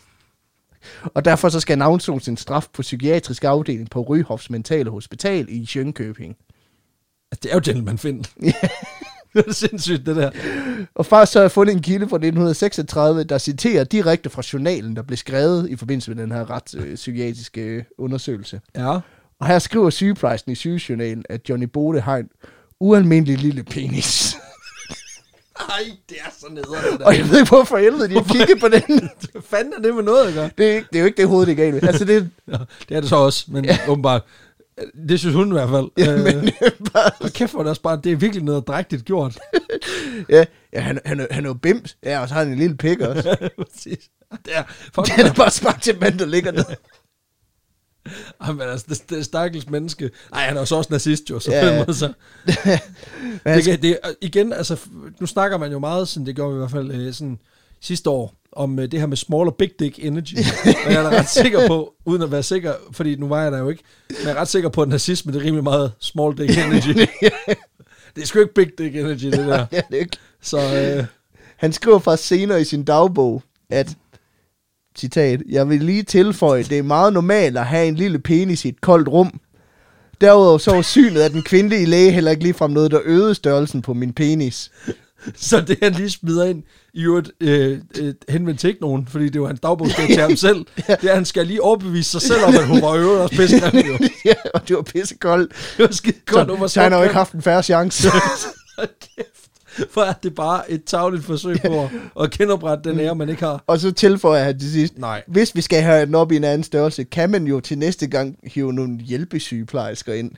[SPEAKER 2] Og derfor så skal han afsone sin straf på psykiatrisk afdeling på Ryhofs Mentale Hospital i Jönköping.
[SPEAKER 1] Det er jo gentleman-find. Det er sindssygt, det der.
[SPEAKER 2] Og faktisk så har jeg fundet en kilde fra nitten seksogtredive, der citerer direkte fra journalen, der blev skrevet i forbindelse med den her ret øh, psykiatriske undersøgelse.
[SPEAKER 1] Ja.
[SPEAKER 2] Og her skriver sygeplejersken i sygejournalen, at Johnny Bode har en ualmindelig lille penis.
[SPEAKER 1] Ej, det er så nederen.
[SPEAKER 2] Og jeg ved ikke, hvorfor helvede de har kigget på den.
[SPEAKER 1] Hvad fanden er det med noget at gøre?
[SPEAKER 2] Det er, ikke, det er jo ikke det hoved, det er galt med. Altså, det...
[SPEAKER 1] Ja, det er det så også, men ja. Åbenbart. Det synes hun i hvert fald.
[SPEAKER 2] Ja, men,
[SPEAKER 1] øh, bare... kæft for det også bare, det er virkelig noget drægtigt gjort.
[SPEAKER 2] Ja, ja han, han, han er jo bims. Ja, og så har han en lille pik også.
[SPEAKER 1] Præcis. Det er,
[SPEAKER 2] det er bare smart til mand, der ligger ned.
[SPEAKER 1] Ej, men altså, det, det er stakkels menneske. Nej, han er jo så også nazist jo, så ja. På den måde så. det, det, igen, altså, nu snakker man jo meget, sådan, det gjorde vi i hvert fald sådan sidste år, om det her med small og big dick energy. Og jeg er da ret sikker på, uden at være sikker, fordi nu var jeg der jo ikke, men jeg er ret sikker på, at nazisme, det er rimelig meget small dick energy. Det er sgu ikke big dick energy, det der.
[SPEAKER 2] Ja, det er ikke.
[SPEAKER 1] Så, øh...
[SPEAKER 2] Han skriver faktisk senere i sin dagbog, at, citat, jeg vil lige tilføje, det er meget normalt at have en lille penis i et koldt rum. Derudover så var synet af den kvindelige læge heller ikke ligefrem noget, der øgede størrelsen på min penis.
[SPEAKER 1] Så det han lige smider ind i øvrigt øh, øh, henvendt til ikke nogen, fordi det var hans dagbogsskab til ham selv. Ja. Det er, han skal lige overbevise sig selv om, at hun var øvrigt også pissekoldt. Jo.
[SPEAKER 2] Ja, og det var pissekoldt.
[SPEAKER 1] Det var skide koldt.
[SPEAKER 2] Så, så han har jo ikke haft en færre chance.
[SPEAKER 1] For at det bare et tavligt forsøg på at genoprette den ære, man ikke har.
[SPEAKER 2] Og så tilføjer han til sidst,
[SPEAKER 1] Nej.
[SPEAKER 2] hvis vi skal have den op i en anden størrelse, kan man jo til næste gang hive nogle hjælpesygeplejersker ind.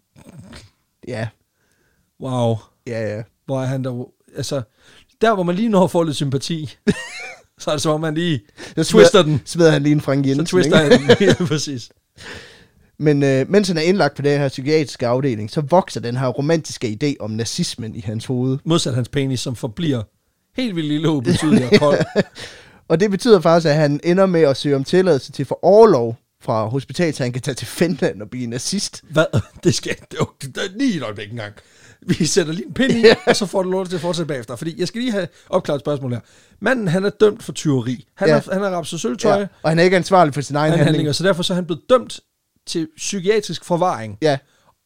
[SPEAKER 2] Ja.
[SPEAKER 1] Wow.
[SPEAKER 2] Ja, ja.
[SPEAKER 1] Hvor er han der... Altså, der hvor man lige når at få lidt sympati, så er det som om man lige
[SPEAKER 2] Så
[SPEAKER 1] twister den.
[SPEAKER 2] Smider han lige en Frank
[SPEAKER 1] Så
[SPEAKER 2] Jensen.
[SPEAKER 1] twister
[SPEAKER 2] ikke?
[SPEAKER 1] han den. Ja, præcis.
[SPEAKER 2] Men øh, mens han er indlagt på den her psykiatriske afdeling, så vokser den her romantiske idé om nazismen i hans hoved.
[SPEAKER 1] Modsat hans penis, som forbliver helt vildt lille og ubetydelig og kold.
[SPEAKER 2] Og det betyder faktisk, at han ender med at søge om tilladelse til for overlov fra hospitalet, så han kan tage til Finland og blive nazist.
[SPEAKER 1] Hvad? Det skal... Det er lige et øjeblik engang. Vi sætter lige en pind i, og så får du lov til at fortsætte bagefter. Fordi jeg skal lige have opklaret et spørgsmål her. Manden, han er dømt for tyveri. Han,
[SPEAKER 2] Ja.
[SPEAKER 1] er, han har rapset sølvtøj.
[SPEAKER 2] Ja. Og han er ikke ansvarlig for sin egen
[SPEAKER 1] Han
[SPEAKER 2] handling.
[SPEAKER 1] handlinger, så derfor så er han blevet dømt til psykiatrisk forvaring.
[SPEAKER 2] Ja.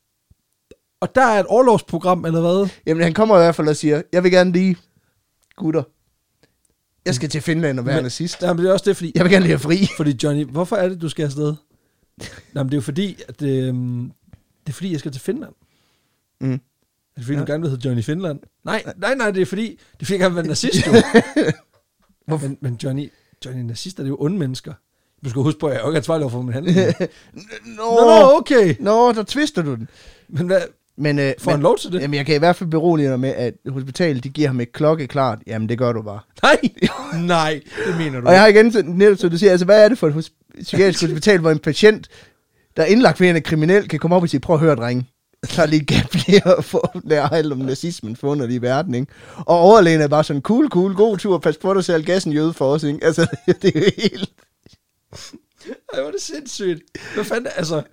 [SPEAKER 1] Og der er et overlovsprogram, eller hvad?
[SPEAKER 2] Jamen, han kommer i hvert fald og siger, jeg vil gerne lige, gutter, jeg skal til Finland og være
[SPEAKER 1] Men-
[SPEAKER 2] nazist.
[SPEAKER 1] Ja, men det er også det, fordi...
[SPEAKER 2] Jeg vil gerne lige have fri.
[SPEAKER 1] Fordi Johnny, hvorfor er det, du skal afsted? Nå, men det er jo fordi, at øh, det er fordi, jeg skal til Finland.
[SPEAKER 2] Mm.
[SPEAKER 1] Er det fordi,
[SPEAKER 2] Ja.
[SPEAKER 1] du gerne vil hedde Johnny Finland? Nej, nej, nej, det er fordi, det er fordi, jeg gerne vil være nazist, jo. men, men Johnny, Johnny, nazister, det er jo onde mennesker. Du skal huske på, at jeg er jo ikke ansvarlig over for min handling.
[SPEAKER 2] Nå,
[SPEAKER 1] Nå, nå, okay.
[SPEAKER 2] Nå, der twister du den.
[SPEAKER 1] Men hvad,
[SPEAKER 2] Men, øh,
[SPEAKER 1] får han
[SPEAKER 2] men,
[SPEAKER 1] lov til det?
[SPEAKER 2] jamen, jeg kan i hvert fald berolige dig med, at hospitalet, de giver ham et klokkeklart, jamen det gør du bare.
[SPEAKER 1] Nej, nej, det mener du.
[SPEAKER 2] Og jeg har igen så- netop, så du siger, altså hvad er det for et hos- psykiatrisk hospital, hvor en patient, der er indlagt for en af kriminel, kan komme op og sige, prøv at høre, drenge. Så er lige gap lige at få lære alt om nazismen forunderlig i verden, ikke? Og overlægen er bare sådan, cool, cool, god tur, pas på dig selv, gassen jøde for os, ikke? Altså, det er jo helt...
[SPEAKER 1] Ej, hvor er det sindssygt. Hvad fanden, altså...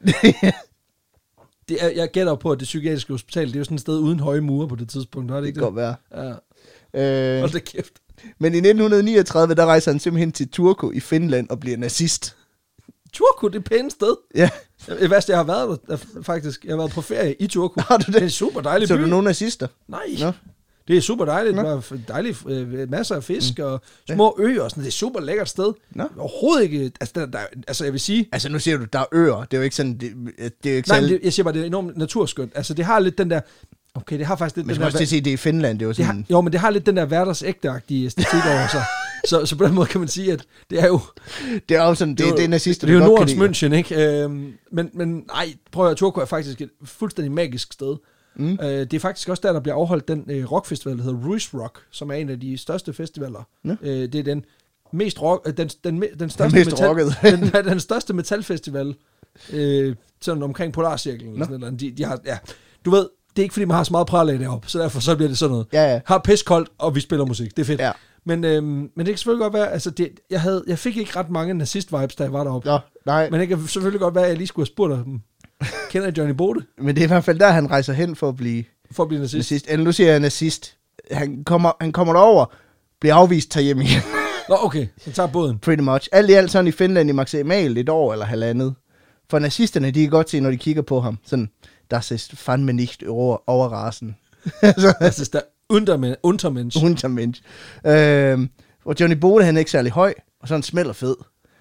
[SPEAKER 1] Det er, jeg gætter på, at det psykiatriske hospital, det er jo sådan et sted uden høje mure på det tidspunkt, var det
[SPEAKER 2] Det
[SPEAKER 1] ikke
[SPEAKER 2] kan
[SPEAKER 1] det?
[SPEAKER 2] godt være.
[SPEAKER 1] Ja,
[SPEAKER 2] Øh,
[SPEAKER 1] hold da kæft.
[SPEAKER 2] men i nitten niogtredive, der rejser han simpelthen til Turku i Finland og bliver nazist.
[SPEAKER 1] Turku, det er et pænt sted.
[SPEAKER 2] Ja.
[SPEAKER 1] Det værste, jeg har været der, der, faktisk. Jeg har været på ferie i Turku.
[SPEAKER 2] Har du det?
[SPEAKER 1] Det er en super dejlig
[SPEAKER 2] Så
[SPEAKER 1] by.
[SPEAKER 2] er du nogle nazister?
[SPEAKER 1] Nej,
[SPEAKER 2] Nå.
[SPEAKER 1] det er super dejligt.
[SPEAKER 2] Nå.
[SPEAKER 1] Der er dejligt, øh, masser af fisk mm. og små øer og sådan. Det er et super lækkert sted.
[SPEAKER 2] Nå.
[SPEAKER 1] Overhovedet ikke, altså, der, der, altså jeg vil sige...
[SPEAKER 2] Altså nu siger du, der er øer. Det er jo ikke sådan, det, det er jo ikke
[SPEAKER 1] Nej, men
[SPEAKER 2] særlig...
[SPEAKER 1] det, jeg siger bare, det er enormt naturskønt. Altså det har lidt den der... Okay, det har faktisk lidt
[SPEAKER 2] Men jeg
[SPEAKER 1] den
[SPEAKER 2] skal også
[SPEAKER 1] der...
[SPEAKER 2] til at sige, det er i Finland, det er jo
[SPEAKER 1] Det
[SPEAKER 2] sådan...
[SPEAKER 1] har, jo, men det har lidt den der hverdagsægte-agtige æstetik over sig. Så, så på den måde kan man sige, at det er jo...
[SPEAKER 2] Det er jo sådan, det,
[SPEAKER 1] Det er jo-
[SPEAKER 2] det er nazister,
[SPEAKER 1] Det er jo
[SPEAKER 2] du godt
[SPEAKER 1] Nordens
[SPEAKER 2] kan lide.
[SPEAKER 1] München, ikke? Øhm, men, men nej, prøv at høre, Turku er faktisk et fuldstændig magisk sted.
[SPEAKER 2] Mm.
[SPEAKER 1] Øh, det er faktisk også der, der bliver afholdt den øh, rockfestival, der hedder Ruiz Rock, som er en af de største festivaler.
[SPEAKER 2] Nå.
[SPEAKER 1] Øh, det er den mest rock, øh, den, den, me- den største
[SPEAKER 2] mest
[SPEAKER 1] metal,
[SPEAKER 2] rockede.
[SPEAKER 1] den, den, den største metalfestival, øh, sådan omkring Polarcirklen. Eller sådan et eller andet. De, de har, ja, du ved, det er ikke fordi, man har så meget pralag deroppe, så derfor så bliver det sådan noget.
[SPEAKER 2] Ja, ja.
[SPEAKER 1] Har piskoldt, og vi spiller musik. Det er fedt.
[SPEAKER 2] Ja.
[SPEAKER 1] Men, øhm, men det kan selvfølgelig godt være, altså det, jeg, havde, jeg fik ikke ret mange nazist-vibes, da jeg var deroppe.
[SPEAKER 2] Nå, nej.
[SPEAKER 1] Men det kan selvfølgelig godt være, at jeg lige skulle have spurgt dem. Kender I Johnny Bode
[SPEAKER 2] Men det er i hvert fald der, han rejser hen for at blive
[SPEAKER 1] for at blive nazist?
[SPEAKER 2] nazist. Eller nu siger jeg nazist. Han kommer, han kommer derover, bliver afvist, tager hjem igen.
[SPEAKER 1] Nå, okay. Så tager båden.
[SPEAKER 2] Pretty much. Alt i alt sådan i Finland i maksimalt et år eller halvandet. For nazisterne, de kan godt se, når de kigger på ham. Sådan, das ist fandme nicht over, overrasen.
[SPEAKER 1] Altså, der Untermen, Untermensch.
[SPEAKER 2] Untermensch. Øhm, og Johnny Bode, han er ikke særlig høj, og sådan smelter fed.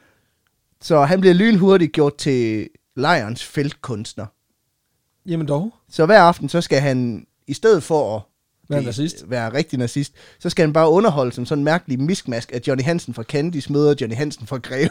[SPEAKER 2] Så han bliver lynhurtigt gjort til lejrens feltkunstner.
[SPEAKER 1] Jamen dog.
[SPEAKER 2] Så hver aften, så skal han, i stedet for at
[SPEAKER 1] Være
[SPEAKER 2] blive-
[SPEAKER 1] nazist.
[SPEAKER 2] være rigtig nazist, så skal han bare underholde som sådan en mærkelig miskmask af Johnny Hansen fra Candice møder Johnny Hansen fra Greve.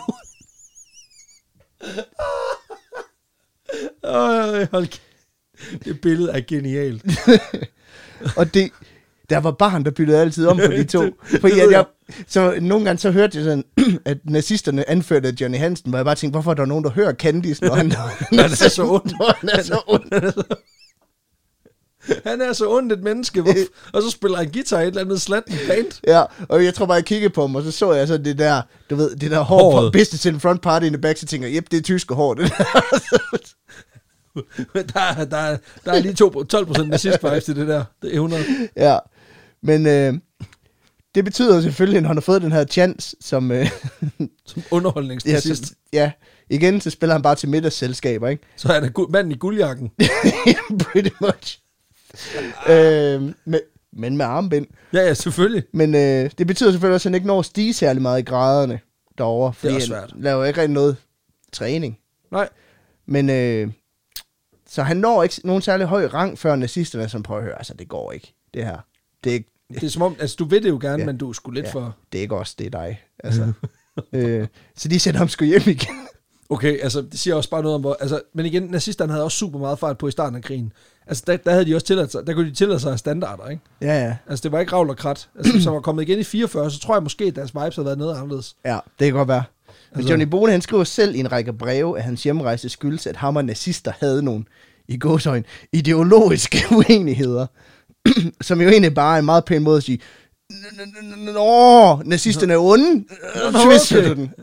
[SPEAKER 1] Øh, hold kæ- det billede er genialt.
[SPEAKER 2] Og det, der var barn, der byttede altid om på de to.
[SPEAKER 1] Det-
[SPEAKER 2] Fordi
[SPEAKER 1] det
[SPEAKER 2] at
[SPEAKER 1] ved
[SPEAKER 2] jeg, så nogle gange så hørte jeg sådan, at nazisterne anførte af Johnny Hansen, hvor jeg bare tænkte, hvorfor er der nogen, der hører Candice, når han,
[SPEAKER 1] Han er så ond.
[SPEAKER 2] når han er så ond.
[SPEAKER 1] Han er så ondt et menneske, hvor, og så spiller han guitar i et eller andet slatten band.
[SPEAKER 2] Ja, og jeg tror bare, jeg kiggede på ham, og så så jeg så det der, du ved, det der hår
[SPEAKER 1] Håret.
[SPEAKER 2] på business in the front party in the back, så tænker jeg, jep, det er tyske hår, det der.
[SPEAKER 1] Men der, er- der, er- der er lige to, tolv procent nazist vibes til det der. Det er hundrede.
[SPEAKER 2] Ja, men øh, det betyder selvfølgelig, at han har fået den her chance, som, øh,
[SPEAKER 1] Som
[SPEAKER 2] ja,
[SPEAKER 1] underholdningsnazist.
[SPEAKER 2] som, ja, igen, så spiller han bare til middagsselskaber, ikke?
[SPEAKER 1] Så er der gu- manden i guldjakken.
[SPEAKER 2] Pretty much. øh, med, men med armbind.
[SPEAKER 1] Ja, ja, selvfølgelig.
[SPEAKER 2] Men øh, det betyder selvfølgelig også, at han ikke når at stige særlig meget i graderne derovre, fordi
[SPEAKER 1] også
[SPEAKER 2] han
[SPEAKER 1] svært.
[SPEAKER 2] laver ikke rigtig noget træning.
[SPEAKER 1] Nej.
[SPEAKER 2] Men øh, så han når ikke nogen særlig høj rang før nazisterne, som prøver at høre, altså det går ikke, det her. Det er,
[SPEAKER 1] Det er som om, altså du ved det jo gerne,
[SPEAKER 2] Ja.
[SPEAKER 1] men du er sgu lidt
[SPEAKER 2] Ja.
[SPEAKER 1] for...
[SPEAKER 2] det er ikke os, det er dig. Altså. øh, så de sender ham sgu hjem igen.
[SPEAKER 1] Okay, altså det siger også bare noget om, hvor... Altså, men igen, nazisterne havde også super meget fart på i starten af krigen. Altså der, der havde de også tilladt sig, der kunne de tillade sig standarder, ikke?
[SPEAKER 2] Ja, ja.
[SPEAKER 1] Altså det var ikke ravl og krat. Altså hvis han var kommet igen i fireogfyrre, så tror jeg måske, at deres vibes havde været noget anderledes.
[SPEAKER 2] Ja, det kan godt være. Men
[SPEAKER 1] Altså-
[SPEAKER 2] Johnny Bode, han skriver selv i en række breve, at hans hjemrejse skyldes, at ham og nazister havde nogle, i gåseøjne, ideologiske uenigheder, som jo egentlig bare er en meget pæn måde at sige, nå, nazisterne er onde, twister du den.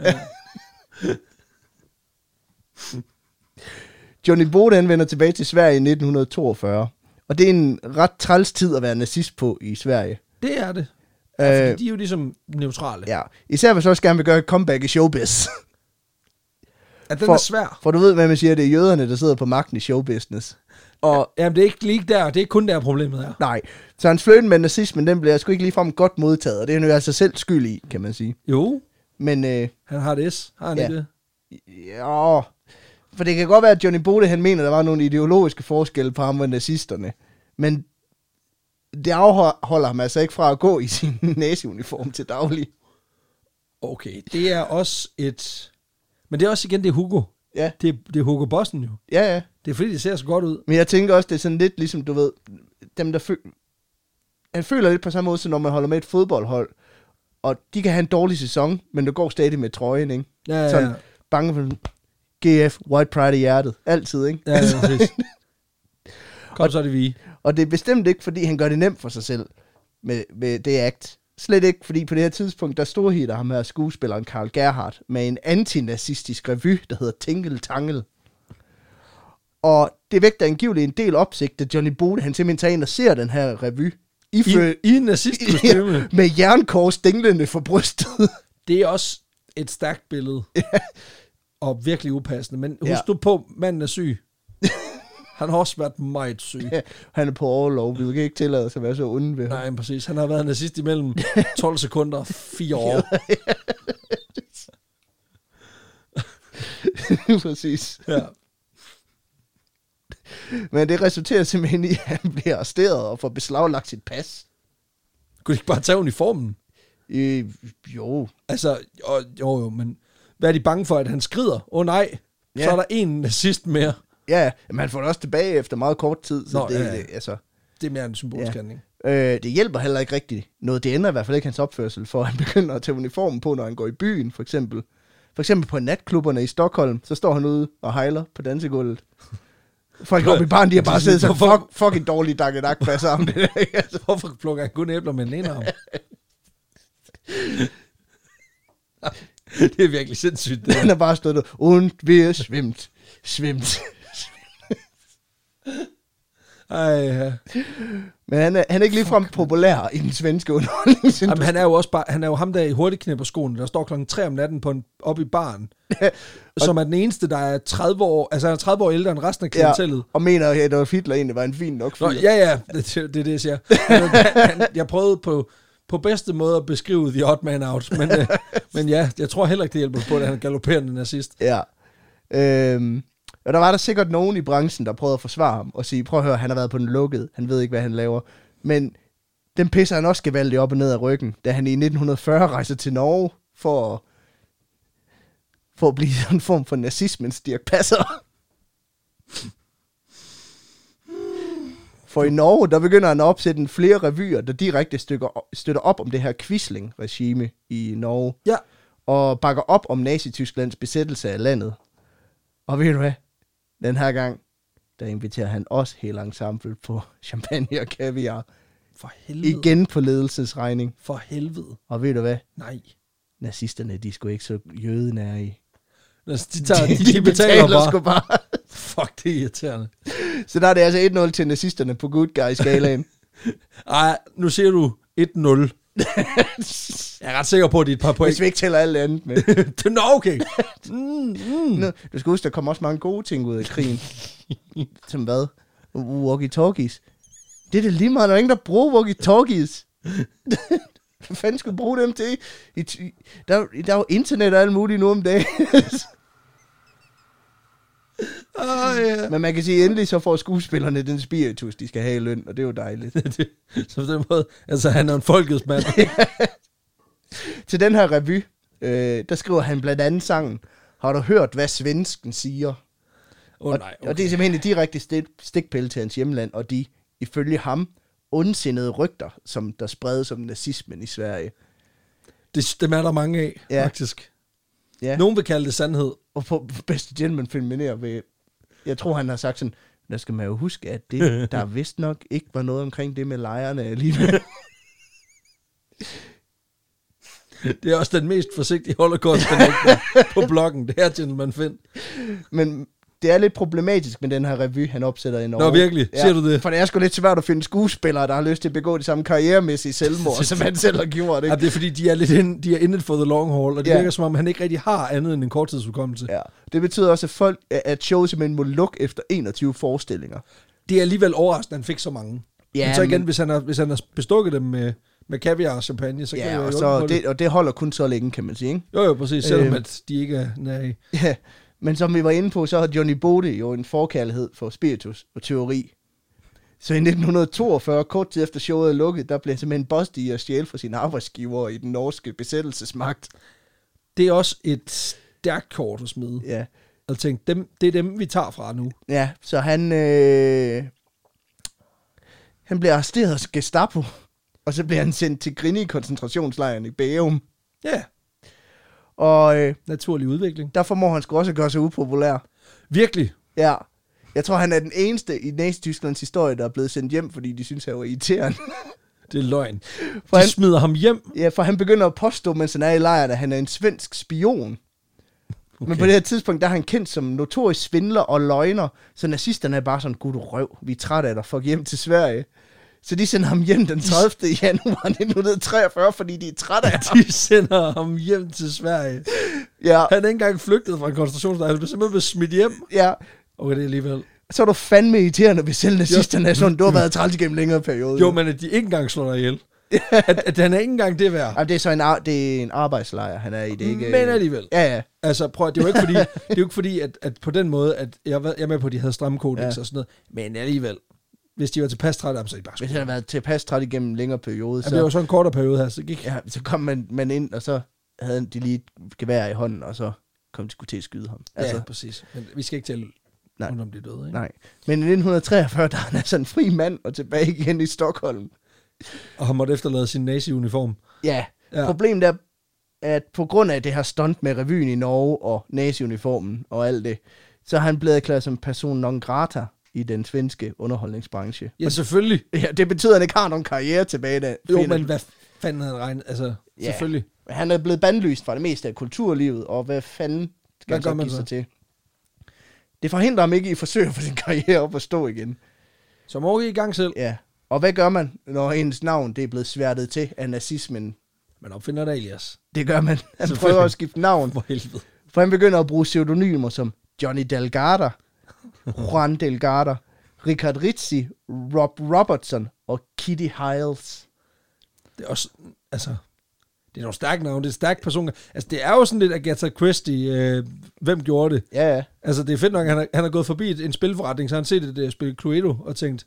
[SPEAKER 2] Johnny Bode anvender tilbage til Sverige i nitten toogfyrre, og det er en ret træls tid at være nazist på i Sverige.
[SPEAKER 1] Det er det. Ja,
[SPEAKER 2] Øh,
[SPEAKER 1] fordi de er jo ligesom neutrale.
[SPEAKER 2] Ja, især hvis også gerne vil gøre et comeback i showbiz.
[SPEAKER 1] At den
[SPEAKER 2] For-
[SPEAKER 1] er svær.
[SPEAKER 2] For du ved, hvad man siger, det er jøderne, der sidder på magten i showbusiness. Og
[SPEAKER 1] Jamen det er ikke lige der, det er ikke kun der problemet er.
[SPEAKER 2] nej, så hans fløjten med nazismen, den bliver sgu ikke ligefrem godt modtaget, og det er han jo altså selv skyld i, kan man sige.
[SPEAKER 1] Jo,
[SPEAKER 2] Men øh,
[SPEAKER 1] han har det S, har han
[SPEAKER 2] Ja.
[SPEAKER 1] ikke det?
[SPEAKER 2] ja, for det kan godt være, at Johnny Bode, han mener, der var nogle ideologiske forskelle på ham og nazisterne. Men det afholder ham altså ikke fra at gå i sin nazi-uniform til daglig.
[SPEAKER 1] Okay, det er også et... Men det er også igen, det er Hugo.
[SPEAKER 2] Ja,
[SPEAKER 1] Det er, det er Hugo Bossen jo.
[SPEAKER 2] ja, ja.
[SPEAKER 1] Det er fordi, det ser så godt ud.
[SPEAKER 2] Men jeg tænker også, det er sådan lidt ligesom, du ved, dem der føler... Han føler lidt på samme måde, som når man holder med et fodboldhold, og de kan have en dårlig sæson, men det går stadig med trøjen, ikke?
[SPEAKER 1] Ja, ja,
[SPEAKER 2] Sådan,
[SPEAKER 1] ja.
[SPEAKER 2] bange for G F, White Pride i hjertet. Altid, ikke?
[SPEAKER 1] Ja, ja, præcis. Kom, så er det vi.
[SPEAKER 2] Og det er bestemt ikke, fordi han gør det nemt for sig selv med, med det akt. Slet ikke, fordi på det her tidspunkt, der storhitter ham her skuespilleren Karl Gerhardt med en antinazistisk revy, der hedder Tingle Tangle. Og det vægter angiveligt en del opsigt, da Johnny Bode, han simpelthen tager ind og ser den her revy.
[SPEAKER 1] I,
[SPEAKER 2] Ifø-
[SPEAKER 1] I en nazistkostyme.
[SPEAKER 2] med jernkors dinglende for brystet.
[SPEAKER 1] Det er også et stærkt billede. Og virkelig upassende. Men husk
[SPEAKER 2] Ja.
[SPEAKER 1] du på, manden er syg. Han har også været meget syg.
[SPEAKER 2] Ja, han er på overlov. Vi kan ikke tillade os at være så onde ved ham.
[SPEAKER 1] Nej, men præcis. Han har været nazist imellem tolv sekunder og fire år.
[SPEAKER 2] Præcis.
[SPEAKER 1] Ja.
[SPEAKER 2] Men det resulterer simpelthen i, at han bliver arresteret og får beslaglagt sit pas.
[SPEAKER 1] Kunne de ikke bare tage uniformen?
[SPEAKER 2] Øh, jo.
[SPEAKER 1] Altså, jo, jo, jo, men hvad er de bange for, at han skrider? Åh oh, nej,
[SPEAKER 2] Ja.
[SPEAKER 1] så er der en nazist mere.
[SPEAKER 2] Ja, men han får det også tilbage efter meget kort tid. Så
[SPEAKER 1] Nå,
[SPEAKER 2] det,
[SPEAKER 1] ja, ja.
[SPEAKER 2] det, altså,
[SPEAKER 1] Det er mere en symbolsk handling.
[SPEAKER 2] øh, det hjælper heller ikke rigtigt noget. Det ændrer i hvert fald ikke hans opførsel, for han begynder at tage uniformen på, når han går i byen, for eksempel. For eksempel på natklubberne i Stockholm, så står han ude og hejler på dansegulvet. Folk oppe i baren, de har bare siddet så fuck, fucking dårligt dakket ak sammen. Det der, ikke? Altså.
[SPEAKER 1] Hvorfor plukker han kun æbler med den ene arm? Det er virkelig sindssygt. Det
[SPEAKER 2] Han
[SPEAKER 1] her.
[SPEAKER 2] har bare stået der, und wir schwimmt, schwimmt.
[SPEAKER 1] Ej, ja.
[SPEAKER 2] Men han er, han er ikke ligefrem populær i den svenske underholdningsindustri.
[SPEAKER 1] Jamen, han er jo også bare, han er jo ham der i hurtigknæpperskoene, der står klokken tre om natten på en, oppe i baren, som er den eneste, der er tredive år, altså han er tredive år ældre end resten af klientellet.
[SPEAKER 2] Ja, og mener, at Adolf Hitler egentlig var en fin nok fyr.
[SPEAKER 1] Nå, ja, ja, det, det er det, jeg siger. Han, han, jeg prøvede på, på bedste måde at beskrive The Odd Man Out, men, øh, men ja, jeg tror heller ikke, det hjælper på, at han er galopperende nazist.
[SPEAKER 2] Ja. Øhm, og der var der sikkert nogen i branchen, der prøvede at forsvare ham og sige, prøv at høre, han har været på den lukkede, han ved ikke, hvad han laver. Men den pisser han også gevaldigt op og ned af ryggen, da han i nitten fyrre rejser til Norge for at, for at blive sådan en form for nazismens Dirch Passer. For i Norge, der begynder han at opsætte en flere revyer, der direkte stykker, støtter op om det her Quisling-regime i Norge,
[SPEAKER 1] Ja,
[SPEAKER 2] og bakker op om Nazi-Tysklands besættelse af landet. Og ved du hvad? Den her gang, der inviterer han også hele ensemble på champagne og kaviar.
[SPEAKER 1] for helvede.
[SPEAKER 2] Igen på ledelsesregning.
[SPEAKER 1] For helvede.
[SPEAKER 2] Og ved du hvad?
[SPEAKER 1] Nej.
[SPEAKER 2] Nazisterne, de er sgu ikke så jødenære i.
[SPEAKER 1] Altså, de, tager, de, de, de betaler bare.
[SPEAKER 2] sgu bare.
[SPEAKER 1] Fuck, det er irriterende.
[SPEAKER 2] Så der er det altså et nul til nazisterne på good guy-skalaen.
[SPEAKER 1] Ej, nu siger du et nul. Jeg er ret sikker på, at det er et par point.
[SPEAKER 2] Hvis vi ikke tæller alt andet med.
[SPEAKER 1] Nå, okay. Mm, mm.
[SPEAKER 2] Nå, du skal huske, der kommer også mange gode ting ud af krigen. Som hvad? Walkie-talkies. Det er det lige meget, der er ingen, der bruger walkie-talkies. Hvad fanden skulle bruge dem til? I, i, der, der er jo internet og alt muligt nu om dagen.
[SPEAKER 1] Oh, yeah.
[SPEAKER 2] Men man kan sige, endelig så får skuespillerne den spiritus, de skal have i løn, og det er jo dejligt.
[SPEAKER 1] Så på den måde, altså han er en folkets mand.
[SPEAKER 2] Til den her revy, øh, der skriver han blandt andet sangen, har du hørt, hvad svensken siger?
[SPEAKER 1] Oh, nej, okay.
[SPEAKER 2] Og det er simpelthen et direkte stik, stikpille til hans hjemland, og de, ifølge ham, ondsindede rygter, som der spredes om nazismen i Sverige.
[SPEAKER 1] Det, dem er der mange af,
[SPEAKER 2] ja.
[SPEAKER 1] faktisk.
[SPEAKER 2] Ja.
[SPEAKER 1] Nogen vil kalde det sandhed.
[SPEAKER 2] Og på bedste gentleman-film ved, jeg tror, han har sagt sådan, der skal man jo huske, at det, der vist nok ikke var noget omkring det med lejrene alligevel.
[SPEAKER 1] Det er også den mest forsigtige holocaust på bloggen. Det her gentleman Finn.
[SPEAKER 2] Men det er lidt problematisk med den her revy, han opsætter i Norge.
[SPEAKER 1] Nå, virkelig?
[SPEAKER 2] Ja,
[SPEAKER 1] siger du det?
[SPEAKER 2] For det er sgu lidt svært at finde skuespillere, der har lyst til at begå de samme karrieremæssige selvmord, som han selv har gjort. Ikke?
[SPEAKER 1] Ja, det er fordi, de er lidt in, de er in it for the long haul, og det
[SPEAKER 2] ja.
[SPEAKER 1] virker som om, han ikke rigtig har andet end en korttidsudkommelse.
[SPEAKER 2] Ja. Det betyder også, at folk, at showet simpelthen må lukke efter enogtyve forestillinger.
[SPEAKER 1] Det er alligevel overraskende, at han fik så mange. Ja, men så igen, men... hvis, han har, hvis han har bestukket dem med, med kaviar og champagne, så
[SPEAKER 2] ja,
[SPEAKER 1] kan det jo
[SPEAKER 2] og, så
[SPEAKER 1] det.
[SPEAKER 2] det, og det holder kun så længe, kan man sige. Ikke?
[SPEAKER 1] Jo, jo, præcis. Selvom
[SPEAKER 2] øhm,
[SPEAKER 1] at de ikke er... Nej.
[SPEAKER 2] Ja, men som vi var inde på, så har Johnny Bode jo en forkærlighed for spiritus og teori. Så i nitten toogfyrre, kort tid efter showet er lukket, der blev han simpelthen bustet i at stjæle fra sine arbejdsgiver i den norske besættelsesmagt.
[SPEAKER 1] Det er også et stærkt kort at smide.
[SPEAKER 2] Ja.
[SPEAKER 1] Og tænk, dem, det er dem, vi tager fra nu.
[SPEAKER 2] Ja, så han... Øh, han bliver arresteret af Gestapo, og så bliver han sendt til Grini-koncentrationslejren i Bærum.
[SPEAKER 1] Ja.
[SPEAKER 2] Og øh,
[SPEAKER 1] naturlig udvikling.
[SPEAKER 2] Der formår han sgu også at gøre sig upopulær.
[SPEAKER 1] Virkelig?
[SPEAKER 2] Ja. Jeg tror, han er den eneste i Nazi-Tysklands historie, der er blevet sendt hjem, fordi de synes, han var irriterende.
[SPEAKER 1] Det er løgn.
[SPEAKER 2] For
[SPEAKER 1] de
[SPEAKER 2] han,
[SPEAKER 1] smider ham hjem?
[SPEAKER 2] Ja, for han begynder at påstå, mens han er i lejren, at han er en svensk spion. Okay. Men på det her tidspunkt, der er han kendt som notorisk svindler og løgner, så nazisterne er bare sådan, gud røv, vi er trætte af dig, fuck hjem til Sverige. Så de sender ham hjem den tredivte januar nitten treogfyrre, fordi de er trætte af ham.
[SPEAKER 1] De sender ham hjem til Sverige.
[SPEAKER 2] Ja.
[SPEAKER 1] Han er ikke engang flygtet fra en koncentrationslejr. Han blev simpelthen blevet smidt hjem.
[SPEAKER 2] Ja.
[SPEAKER 1] Okay, det er alligevel.
[SPEAKER 2] Så er du fandme irriterende, hvis selv nazisterne er sådan, du har været træls igennem længere periode.
[SPEAKER 1] Jo, men at de ikke engang slår dig ihjel. at, at han er ikke engang det værd.
[SPEAKER 2] Ja, det er så en, ar- det er en arbejdslejr, han er i. Det ikke,
[SPEAKER 1] men alligevel.
[SPEAKER 2] Ja, ja.
[SPEAKER 1] Altså, prøv, det er jo ikke fordi, det er jo ikke fordi at, at på den måde, at jeg, jeg er med på, at de havde stramme kodex ja. og sådan noget, men alligevel. Hvis de var tilpas trætte, så er de bare
[SPEAKER 2] Hvis han havde været tilpas trætte igennem en længere periode,
[SPEAKER 1] så... Ja, det var så en kortere periode her, så gik...
[SPEAKER 2] Ja, så kom man, man ind, og så havde de lige et gevær i hånden, og så kom de skulle til at skyde ham.
[SPEAKER 1] Altså, ja, præcis. Men vi skal ikke tælle rundt om de døde, ikke?
[SPEAKER 2] Nej. Men i nitten treogfyrre, der er han altså en fri mand, og tilbage igen i Stockholm.
[SPEAKER 1] Og han måtte efterlade sin nazi-uniform.
[SPEAKER 2] Ja. ja. Problemet er, at på grund af det her stunt med revyen i Norge, og nazi-uniformen, og alt det, så er han blevet erklæret som person non grata i den svenske underholdningsbranche.
[SPEAKER 1] Ja, selvfølgelig.
[SPEAKER 2] Ja, det betyder, at han ikke har nogen karriere tilbage. Der.
[SPEAKER 1] Jo, men hvad fanden havde han regnet? Altså, ja. Selvfølgelig.
[SPEAKER 2] Han er blevet bandlyst fra det meste af kulturlivet, og hvad fanden skal hvad han så give sig til? Det forhindrer ham ikke i forsøg at få sin karriere op at stå igen.
[SPEAKER 1] Så må I i gang selv.
[SPEAKER 2] Ja. Og hvad gør man, når ens navn det er blevet sværtet til af nazismen?
[SPEAKER 1] Man opfinder et alias.
[SPEAKER 2] Det gør man. Han prøver at skifte navn.
[SPEAKER 1] For helvede.
[SPEAKER 2] For han begynder at bruge pseudonymer som Johnny Delgado, Juan Delgado, Richard Rizzi, Rob Robertson og Kitty Hiles.
[SPEAKER 1] Det er også, altså, det er nogle stærke navne, det er stærke personer. Altså, det er jo sådan lidt Agatha Christie, øh, hvem gjorde det?
[SPEAKER 2] Ja, ja.
[SPEAKER 1] Altså, det er fedt nok, at han har, han har gået forbi et, en spilforretning, så han har set det der spil Cluedo og tænkt,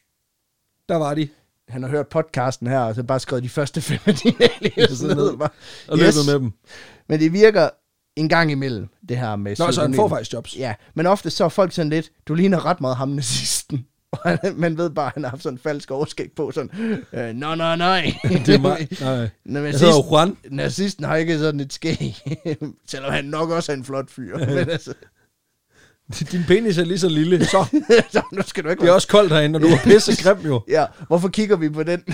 [SPEAKER 1] der var de.
[SPEAKER 2] Han har hørt podcasten her, og så bare skrevet de første fem af dine alias ned.
[SPEAKER 1] Og løbet yes. med dem.
[SPEAKER 2] Men det virker en gang imellem, det her med...
[SPEAKER 1] Nå, så han får faktisk jobs.
[SPEAKER 2] Ja, men ofte så er folk sådan lidt, du ligner ret meget ham nazisten. Og han, man ved bare, at han har haft sådan en falsk overskæg på, sådan, øh, nej, nej, nej.
[SPEAKER 1] Det er mig, nej.
[SPEAKER 2] Jeg
[SPEAKER 1] hedder jo Juan.
[SPEAKER 2] Nazisten har ikke sådan et skæg, selvom han nok også er en flot fyr. Men altså...
[SPEAKER 1] Din penis er lige så lille, så,
[SPEAKER 2] så nu skal du ikke...
[SPEAKER 1] Det er også koldt herinde, og du er pisse grim jo.
[SPEAKER 2] Ja, hvorfor kigger vi på den?